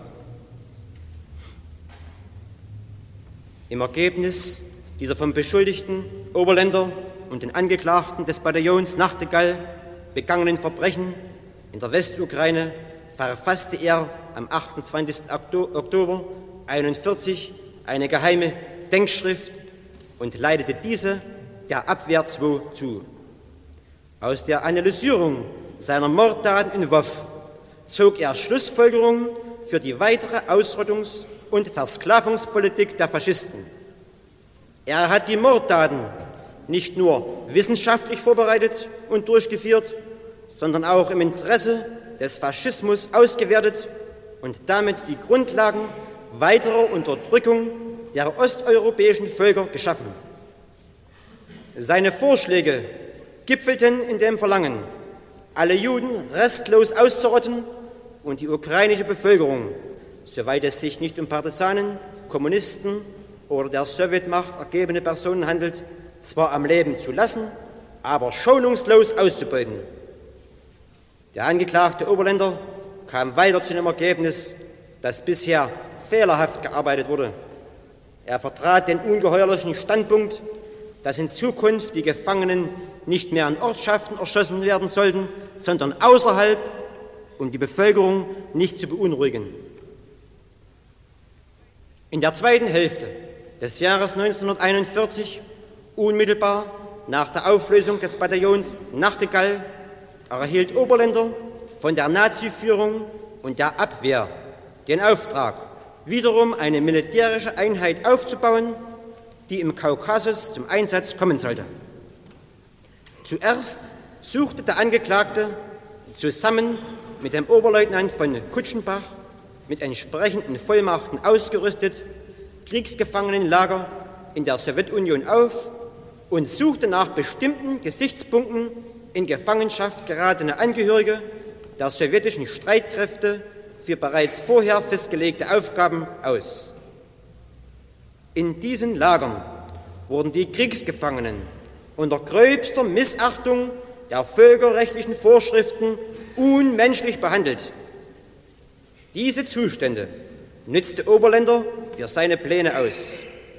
Im Ergebnis dieser vom beschuldigten Oberländer und den Angeklagten des Bataillons Nachtigall begangenen Verbrechen in der Westukraine verfasste er am 28. Oktober 1941 eine geheime Denkschrift und leitete diese der Abwehr II zu. Aus der Analysierung seiner Mordtaten in Woff zog er Schlussfolgerungen für die weitere Ausrottungs- und Versklavungspolitik der Faschisten. Er hat die Mordtaten nicht nur wissenschaftlich vorbereitet und durchgeführt, sondern auch im Interesse des Faschismus ausgewertet und damit die Grundlagen weiterer Unterdrückung der osteuropäischen Völker geschaffen. Seine Vorschläge gipfelten in dem Verlangen, alle Juden restlos auszurotten und die ukrainische Bevölkerung, soweit es sich nicht um Partisanen, Kommunisten oder der Sowjetmacht ergebene Personen handelt, zwar am Leben zu lassen, aber schonungslos auszubeuten. Der angeklagte Oberländer kam weiter zu dem Ergebnis, dass bisher fehlerhaft gearbeitet wurde. Er vertrat den ungeheuerlichen Standpunkt, dass in Zukunft die Gefangenen nicht mehr an Ortschaften erschossen werden sollten, sondern außerhalb, um die Bevölkerung nicht zu beunruhigen. In der zweiten Hälfte des Jahres 1941, unmittelbar nach der Auflösung des Bataillons Nachtigall, erhielt Oberländer von der Naziführung und der Abwehr den Auftrag, wiederum eine militärische Einheit aufzubauen, die im Kaukasus zum Einsatz kommen sollte. Zuerst suchte der Angeklagte zusammen mit dem Oberleutnant von Kutschenbach mit entsprechenden Vollmachten ausgerüstet Kriegsgefangenenlager in der Sowjetunion auf und suchte nach bestimmten Gesichtspunkten in Gefangenschaft geratene Angehörige der sowjetischen Streitkräfte für bereits vorher festgelegte Aufgaben aus. In diesen Lagern wurden die Kriegsgefangenen unter gröbster Missachtung der völkerrechtlichen Vorschriften unmenschlich behandelt. Diese Zustände nützte Oberländer für seine Pläne aus.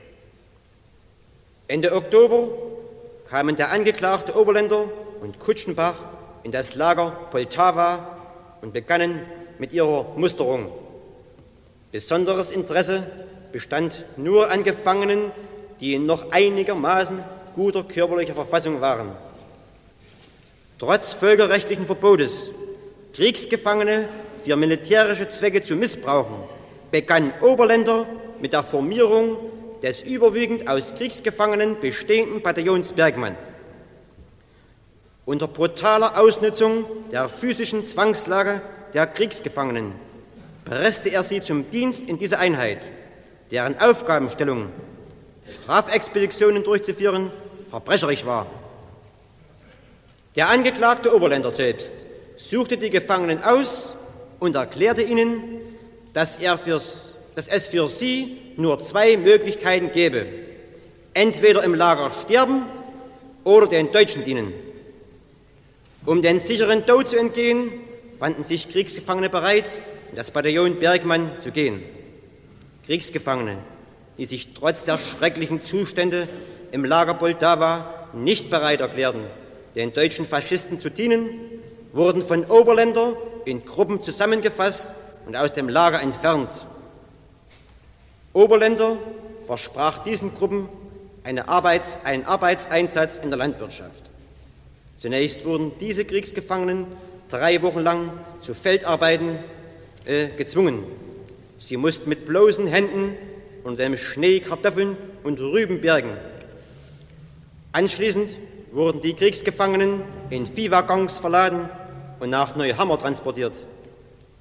Ende Oktober kamen der angeklagte Oberländer und Kutschenbach in das Lager Poltawa und begannen mit ihrer Musterung. Besonderes Interesse bestand nur an Gefangenen, die in noch einigermaßen guter körperlicher Verfassung waren. Trotz völkerrechtlichen Verbotes, Kriegsgefangene für militärische Zwecke zu missbrauchen, begann Oberländer mit der Formierung des überwiegend aus Kriegsgefangenen bestehenden Bataillons Bergmann. Unter brutaler Ausnutzung der physischen Zwangslage der Kriegsgefangenen presste er sie zum Dienst in dieser Einheit, deren Aufgabenstellung, Strafexpeditionen durchzuführen, verbrecherisch war. Der angeklagte Oberländer selbst suchte die Gefangenen aus und erklärte ihnen, dass es für sie nur zwei Möglichkeiten gäbe: entweder im Lager sterben oder den Deutschen dienen. Um den sicheren Tod zu entgehen, fanden sich Kriegsgefangene bereit, in das Bataillon Bergmann zu gehen. Kriegsgefangene, die sich trotz der schrecklichen Zustände im Lager Poltawa nicht bereit erklärten, den deutschen Faschisten zu dienen, wurden von Oberländer in Gruppen zusammengefasst und aus dem Lager entfernt. Oberländer versprach diesen Gruppen einen Arbeitseinsatz in der Landwirtschaft. Zunächst wurden diese Kriegsgefangenen 3 Wochen lang zu Feldarbeiten gezwungen. Sie mussten mit bloßen Händen unter dem Schnee Kartoffeln und Rüben bergen. Anschließend wurden die Kriegsgefangenen in Viehwaggons verladen und nach Neuhammer transportiert.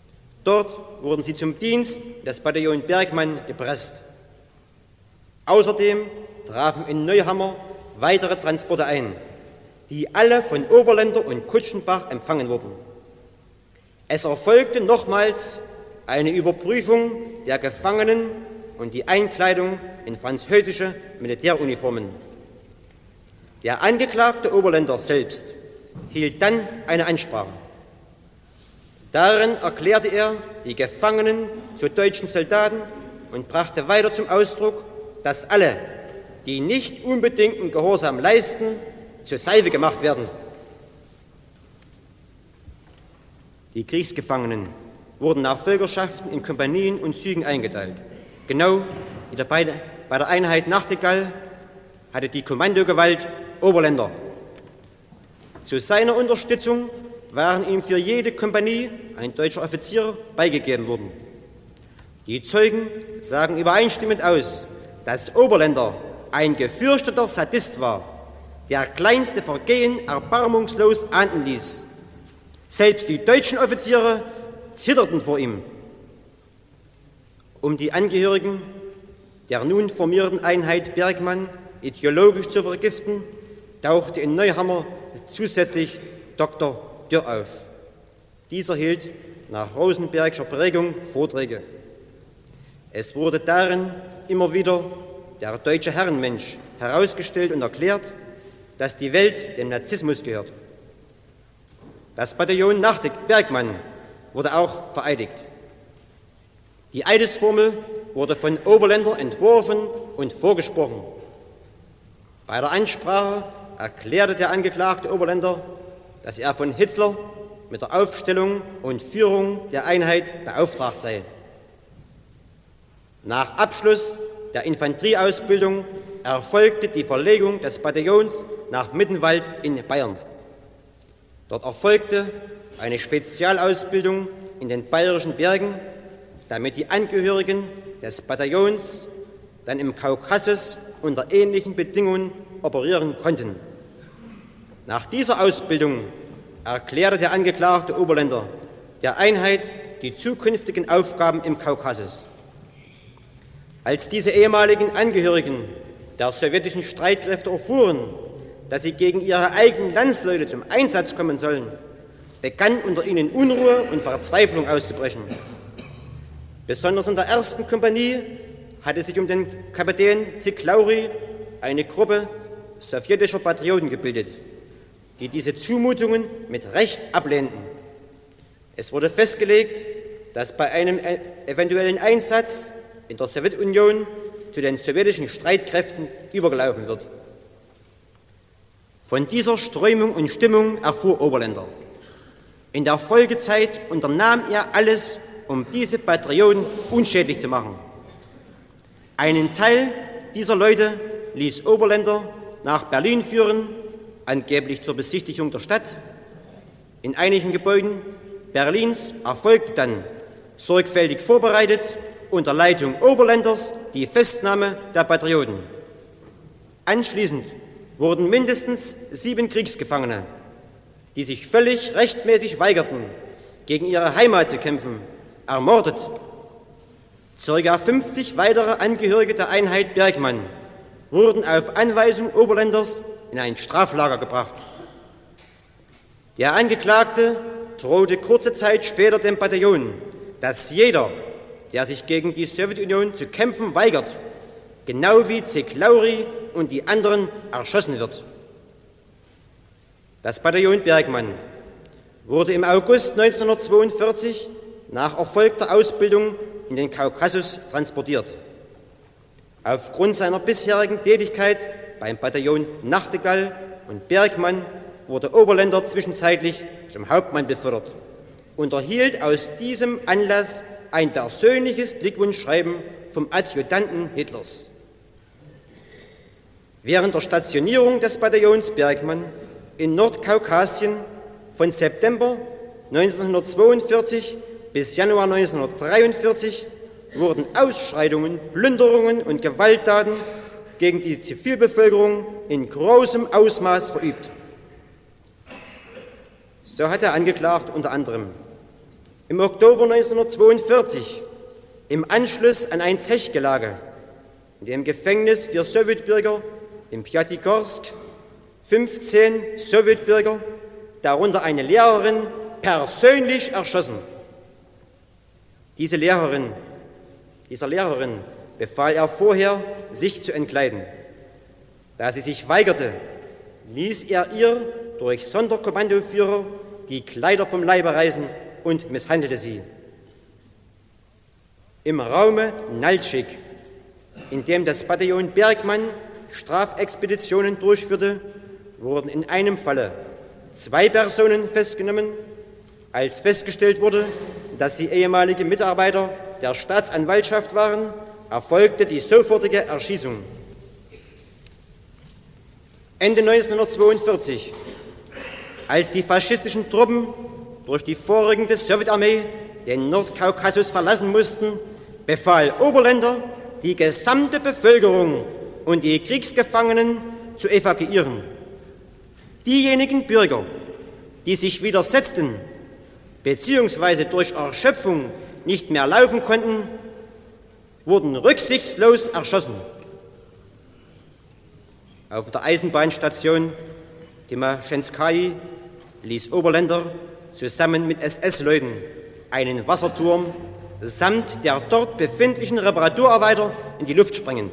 Dort wurden sie zum Dienst des Bataillon Bergmann gepresst. Außerdem trafen in Neuhammer weitere Transporte ein, die alle von Oberländer und Kutschenbach empfangen wurden. Es erfolgte nochmals eine Überprüfung der Gefangenen und die Einkleidung in französische Militäruniformen. Der angeklagte Oberländer selbst hielt dann eine Ansprache. Darin erklärte er die Gefangenen zu deutschen Soldaten und brachte weiter zum Ausdruck, dass alle, die nicht unbedingten Gehorsam leisten, zur Seife gemacht werden. Die Kriegsgefangenen wurden nach Völkerschaften in Kompanien und Zügen eingeteilt. Genau wie bei der Einheit Nachtigall hatte die Kommandogewalt Oberländer. Zu seiner Unterstützung waren ihm für jede Kompanie ein deutscher Offizier beigegeben worden. Die Zeugen sagen übereinstimmend aus, dass Oberländer ein gefürchteter Sadist war, der kleinste Vergehen erbarmungslos ahnden ließ. Selbst die deutschen Offiziere zitterten vor ihm. Um die Angehörigen der nun formierten Einheit Bergmann ideologisch zu vergiften, tauchte in Neuhammer zusätzlich Dr. Dürr auf. Dieser hielt nach Rosenbergscher Prägung Vorträge. Es wurde darin immer wieder der deutsche Herrenmensch herausgestellt und erklärt, dass die Welt dem Nazismus gehört. Das Bataillon Bergmann wurde auch vereidigt. Die Eidesformel wurde von Oberländer entworfen und vorgesprochen. Bei der Ansprache erklärte der angeklagte Oberländer, dass er von Hitler mit der Aufstellung und Führung der Einheit beauftragt sei. Nach Abschluss der Infanterieausbildung erfolgte die Verlegung des Bataillons nach Mittenwald in Bayern. Dort erfolgte eine Spezialausbildung in den bayerischen Bergen, damit die Angehörigen des Bataillons dann im Kaukasus unter ähnlichen Bedingungen operieren konnten. Nach dieser Ausbildung erklärte der angeklagte Oberländer der Einheit die zukünftigen Aufgaben im Kaukasus. Als diese ehemaligen Angehörigen der sowjetischen Streitkräfte erfuhren, dass sie gegen ihre eigenen Landsleute zum Einsatz kommen sollen, begann unter ihnen Unruhe und Verzweiflung auszubrechen. Besonders in der 1. Kompanie hatte sich um den Kapitän Ziklauri eine Gruppe sowjetischer Patrioten gebildet, die diese Zumutungen mit Recht ablehnten. Es wurde festgelegt, dass bei einem eventuellen Einsatz in der Sowjetunion zu den sowjetischen Streitkräften übergelaufen wird. Von dieser Strömung und Stimmung erfuhr Oberländer. In der Folgezeit unternahm er alles, um diese Patrioten unschädlich zu machen. Einen Teil dieser Leute ließ Oberländer nach Berlin führen, angeblich zur Besichtigung der Stadt. In einigen Gebäuden Berlins erfolgte dann, sorgfältig vorbereitet, unter Leitung Oberländers die Festnahme der Patrioten. Anschließend wurden mindestens 7 Kriegsgefangene, die sich völlig rechtmäßig weigerten, gegen ihre Heimat zu kämpfen, ermordet. Ca. 50 weitere Angehörige der Einheit Bergmann wurden auf Anweisung Oberländers in ein Straflager gebracht. Der Angeklagte drohte kurze Zeit später dem Bataillon, dass jeder, der sich gegen die Sowjetunion zu kämpfen weigert, genau wie Ziklauri und die anderen erschossen wird. Das Bataillon Bergmann wurde im August 1942 nach erfolgter Ausbildung in den Kaukasus transportiert. Aufgrund seiner bisherigen Tätigkeit beim Bataillon Nachtigall und Bergmann wurde Oberländer zwischenzeitlich zum Hauptmann befördert und erhielt aus diesem Anlass ein persönliches Glückwunschschreiben vom Adjutanten Hitlers. Während der Stationierung des Bataillons Bergmann in Nordkaukasien von September 1942 bis Januar 1943 wurden Ausschreitungen, Plünderungen und Gewalttaten gegen die Zivilbevölkerung in großem Ausmaß verübt. So hat der Angeklagte unter anderem Im Oktober 1942, im Anschluss an ein Zechgelage in dem Gefängnis für Sowjetbürger in Pjatigorsk, 15 Sowjetbürger, darunter eine Lehrerin, persönlich erschossen. Dieser Lehrerin befahl er vorher, sich zu entkleiden. Da sie sich weigerte, ließ er ihr durch Sonderkommandoführer die Kleider vom Leibe reißen und misshandelte sie. Im Raume Naltschik, in dem das Bataillon Bergmann Strafexpeditionen durchführte, wurden in einem Falle 2 Personen festgenommen. Als festgestellt wurde, dass sie ehemalige Mitarbeiter der Staatsanwaltschaft waren, erfolgte die sofortige Erschießung. Ende 1942, als die faschistischen Truppen durch die vorrückende Sowjetarmee den Nordkaukasus verlassen mussten, befahl Oberländer, die gesamte Bevölkerung und die Kriegsgefangenen zu evakuieren. Diejenigen Bürger, die sich widersetzten bzw. durch Erschöpfung nicht mehr laufen konnten, wurden rücksichtslos erschossen. Auf der Eisenbahnstation Timoschenskaji ließ Oberländer zusammen mit SS-Leuten einen Wasserturm samt der dort befindlichen Reparaturarbeiter in die Luft sprengen.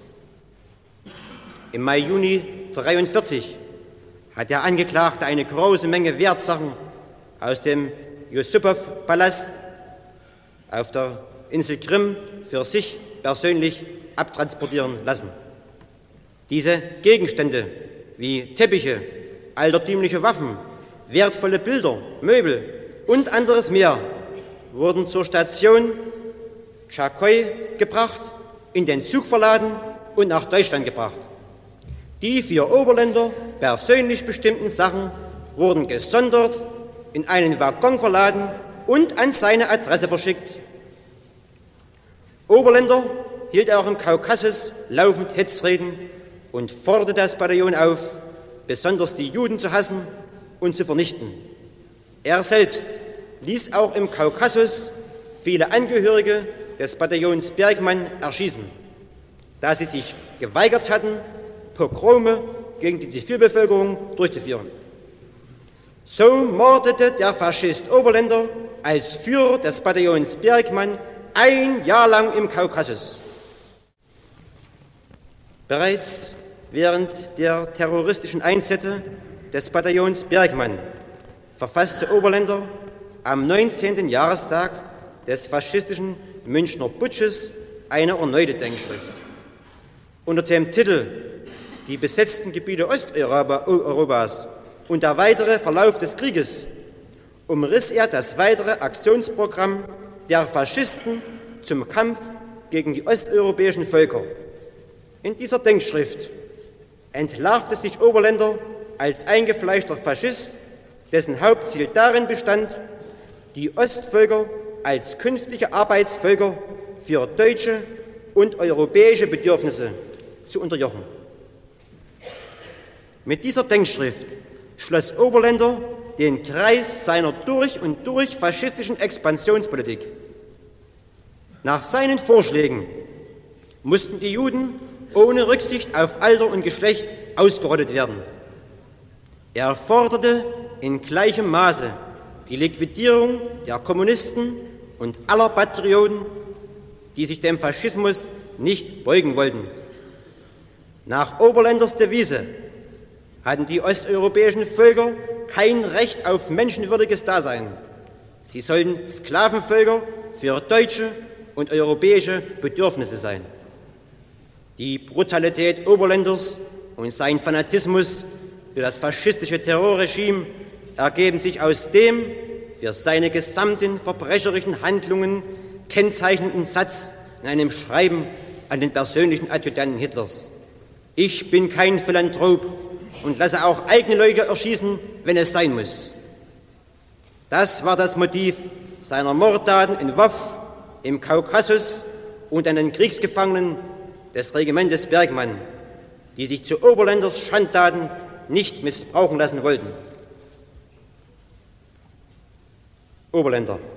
Im Mai-Juni 1943 hat der Angeklagte eine große Menge Wertsachen aus dem Jussupow-Palast auf der Insel Krim für sich persönlich abtransportieren lassen. Diese Gegenstände wie Teppiche, altertümliche Waffen, wertvolle Bilder, Möbel und anderes mehr wurden zur Station Tschakoi gebracht, in den Zug verladen und nach Deutschland gebracht. Die für Oberländer persönlich bestimmten Sachen wurden gesondert, in einen Waggon verladen und an seine Adresse verschickt. Oberländer hielt auch im Kaukasus laufend Hetzreden und forderte das Bataillon auf, besonders die Juden zu hassen und zu vernichten. Er selbst ließ auch im Kaukasus viele Angehörige des Bataillons Bergmann erschießen, da sie sich geweigert hatten, Pogrome gegen die Zivilbevölkerung durchzuführen. So mordete der Faschist Oberländer als Führer des Bataillons Bergmann 1 Jahr lang im Kaukasus. Bereits während der terroristischen Einsätze des Bataillons Bergmann verfasste Oberländer am 19. Jahrestag des faschistischen Münchner Putsches eine erneute Denkschrift. Unter dem Titel »Die besetzten Gebiete Osteuropas und der weitere Verlauf des Krieges« umriss er das weitere Aktionsprogramm der Faschisten zum Kampf gegen die osteuropäischen Völker. In dieser Denkschrift entlarvte sich Oberländer als eingefleischter Faschist, dessen Hauptziel darin bestand, die Ostvölker als künftige Arbeitsvölker für deutsche und europäische Bedürfnisse zu unterjochen. Mit dieser Denkschrift schloss Oberländer den Kreis seiner durch und durch faschistischen Expansionspolitik. Nach seinen Vorschlägen mussten die Juden ohne Rücksicht auf Alter und Geschlecht ausgerottet werden. Er forderte in gleichem Maße die Liquidierung der Kommunisten und aller Patrioten, die sich dem Faschismus nicht beugen wollten. Nach Oberländers Devise hatten die osteuropäischen Völker kein Recht auf menschenwürdiges Dasein. Sie sollten Sklavenvölker für deutsche und europäische Bedürfnisse sein. Die Brutalität Oberländers und sein Fanatismus für das faschistische Terrorregime ergeben sich aus dem für seine gesamten verbrecherischen Handlungen kennzeichnenden Satz in einem Schreiben an den persönlichen Adjutanten Hitlers: Ich bin kein Philanthrop und lasse auch eigene Leute erschießen, wenn es sein muss. Das war das Motiv seiner Mordtaten in Lwow, im Kaukasus und an den Kriegsgefangenen des Regimentes Bergmann, die sich zu Oberländers Schandtaten nicht missbrauchen lassen wollten. Oberländer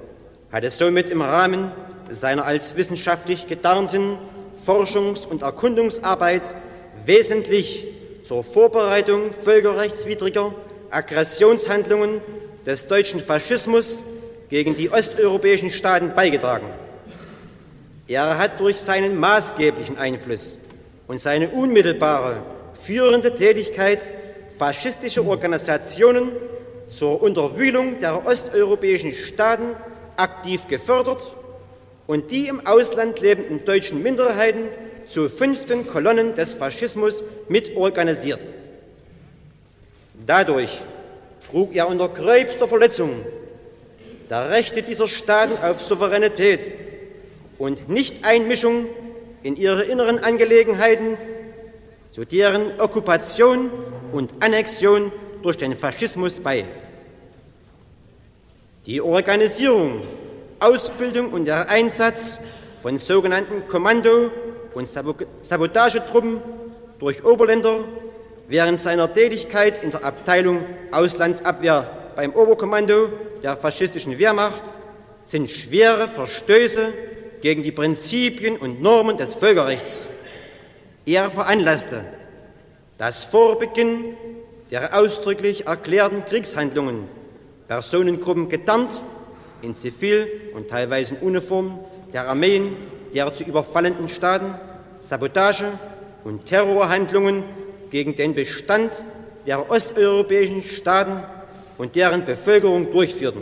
hat es somit im Rahmen seiner als wissenschaftlich getarnten Forschungs- und Erkundungsarbeit wesentlich zur Vorbereitung völkerrechtswidriger Aggressionshandlungen des deutschen Faschismus gegen die osteuropäischen Staaten beigetragen. Er hat durch seinen maßgeblichen Einfluss und seine unmittelbare führende Tätigkeit faschistische Organisationen zur Unterwühlung der osteuropäischen Staaten aktiv gefördert und die im Ausland lebenden deutschen Minderheiten zu 5. Kolonnen des Faschismus mitorganisiert. Dadurch trug er unter gröbster Verletzung der Rechte dieser Staaten auf Souveränität und Nichteinmischung in ihre inneren Angelegenheiten, zu deren Okkupation und Annexion durch den Faschismus bei. Die Organisierung, Ausbildung und der Einsatz von sogenannten Kommando- und Sabotagetruppen durch Oberländer während seiner Tätigkeit in der Abteilung Auslandsabwehr beim Oberkommando der faschistischen Wehrmacht sind schwere Verstöße gegen die Prinzipien und Normen des Völkerrechts. Er veranlasste, dass vor Beginn der ausdrücklich erklärten Kriegshandlungen Personengruppen getarnt in Zivil- und teilweise in Uniform der Armeen der zu überfallenden Staaten Sabotage und Terrorhandlungen gegen den Bestand der osteuropäischen Staaten und deren Bevölkerung durchführten.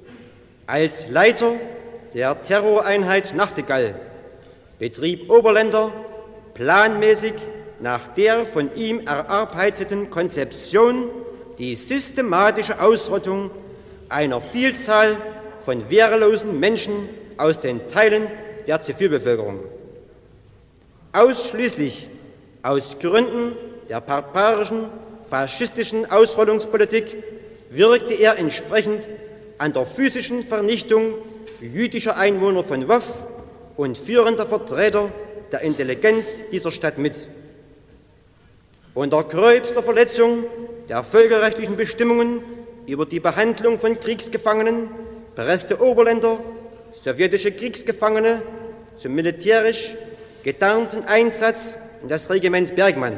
Als Leiter der Terroreinheit Nachtigall betrieb Oberländer planmäßig nach der von ihm erarbeiteten Konzeption die systematische Ausrottung einer Vielzahl von wehrlosen Menschen aus den Teilen der Zivilbevölkerung. Ausschließlich aus Gründen der barbarischen, faschistischen Ausrottungspolitik wirkte er entsprechend an der physischen Vernichtung jüdischer Einwohner von Lwow und führender Vertreter der Intelligenz dieser Stadt mit. Unter gröbster Verletzung der völkerrechtlichen Bestimmungen über die Behandlung von Kriegsgefangenen presste Oberländer sowjetische Kriegsgefangene zum militärisch getarnten Einsatz in das Regiment Bergmann.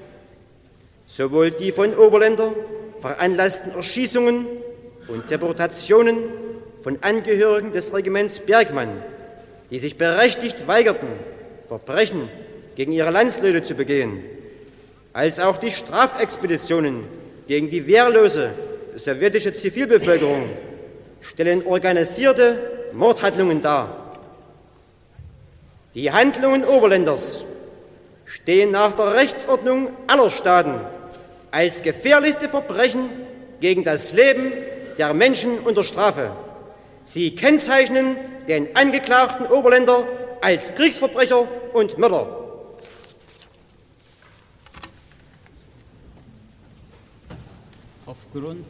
Sowohl die von Oberländer veranlassten Erschießungen und Deportationen von Angehörigen des Regiments Bergmann, die sich berechtigt weigerten, Verbrechen gegen ihre Landsleute zu begehen, als auch die Strafexpeditionen gegen die wehrlose sowjetische Zivilbevölkerung stellen organisierte Mordhandlungen dar. Die Handlungen Oberländers stehen nach der Rechtsordnung aller Staaten als gefährlichste Verbrechen gegen das Leben der Menschen unter Strafe. Sie kennzeichnen den angeklagten Oberländer als Kriegsverbrecher und Mörder. Aufgrund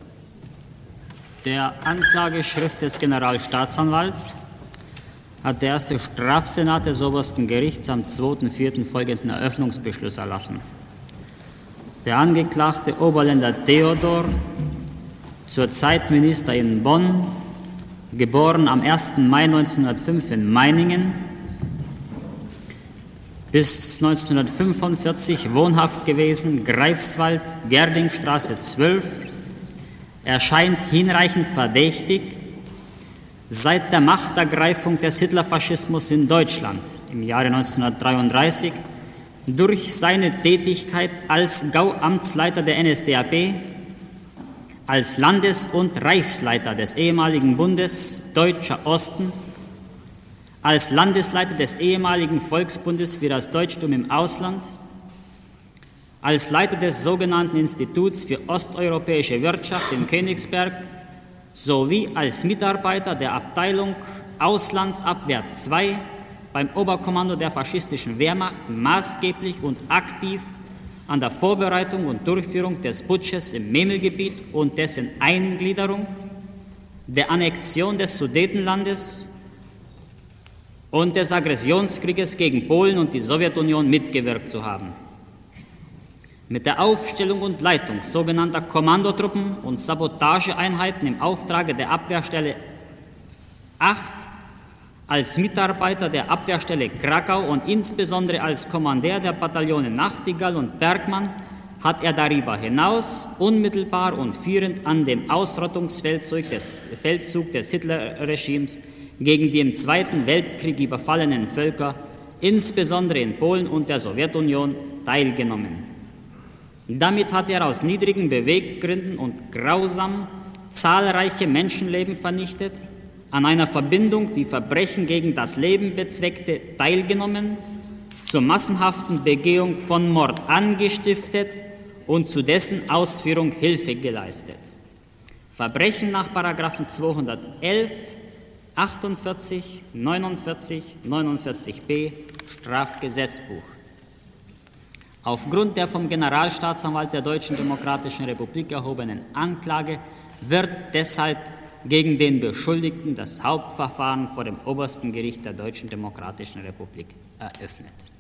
der Anklageschrift des Generalstaatsanwalts hat der erste Strafsenat des Obersten Gerichts am 2.4. folgenden Eröffnungsbeschluss erlassen. Der angeklagte Oberländer Theodor, zurzeit Minister in Bonn, geboren am 1. Mai 1905 in Meiningen, bis 1945 wohnhaft gewesen, Greifswald, Gerdingstraße 12, erscheint hinreichend verdächtig, seit der Machtergreifung des Hitlerfaschismus in Deutschland im Jahre 1933 durch seine Tätigkeit als Gauamtsleiter der NSDAP, als Landes- und Reichsleiter des ehemaligen Bundes Deutscher Osten, als Landesleiter des ehemaligen Volksbundes für das Deutschtum im Ausland, als Leiter des sogenannten Instituts für osteuropäische Wirtschaft in Königsberg sowie als Mitarbeiter der Abteilung Auslandsabwehr II beim Oberkommando der faschistischen Wehrmacht maßgeblich und aktiv an der Vorbereitung und Durchführung des Putsches im Memelgebiet und dessen Eingliederung, der Annexion des Sudetenlandes und des Aggressionskrieges gegen Polen und die Sowjetunion mitgewirkt zu haben. Mit der Aufstellung und Leitung sogenannter Kommandotruppen und Sabotageeinheiten im Auftrage der Abwehrstelle 8. Als Mitarbeiter der Abwehrstelle Krakau und insbesondere als Kommandeur der Bataillone Nachtigall und Bergmann hat er darüber hinaus unmittelbar und führend an dem Ausrottungsfeldzug des Hitlerregimes gegen die im Zweiten Weltkrieg überfallenen Völker, insbesondere in Polen und der Sowjetunion, teilgenommen. Damit hat er aus niedrigen Beweggründen und grausam zahlreiche Menschenleben vernichtet, an einer Verbindung, die Verbrechen gegen das Leben bezweckte, teilgenommen, zur massenhaften Begehung von Mord angestiftet und zu dessen Ausführung Hilfe geleistet. Verbrechen nach § 211, 48, 49, 49b Strafgesetzbuch. Aufgrund der vom Generalstaatsanwalt der Deutschen Demokratischen Republik erhobenen Anklage wird deshalb gegen den Beschuldigten das Hauptverfahren vor dem Obersten Gericht der Deutschen Demokratischen Republik eröffnet.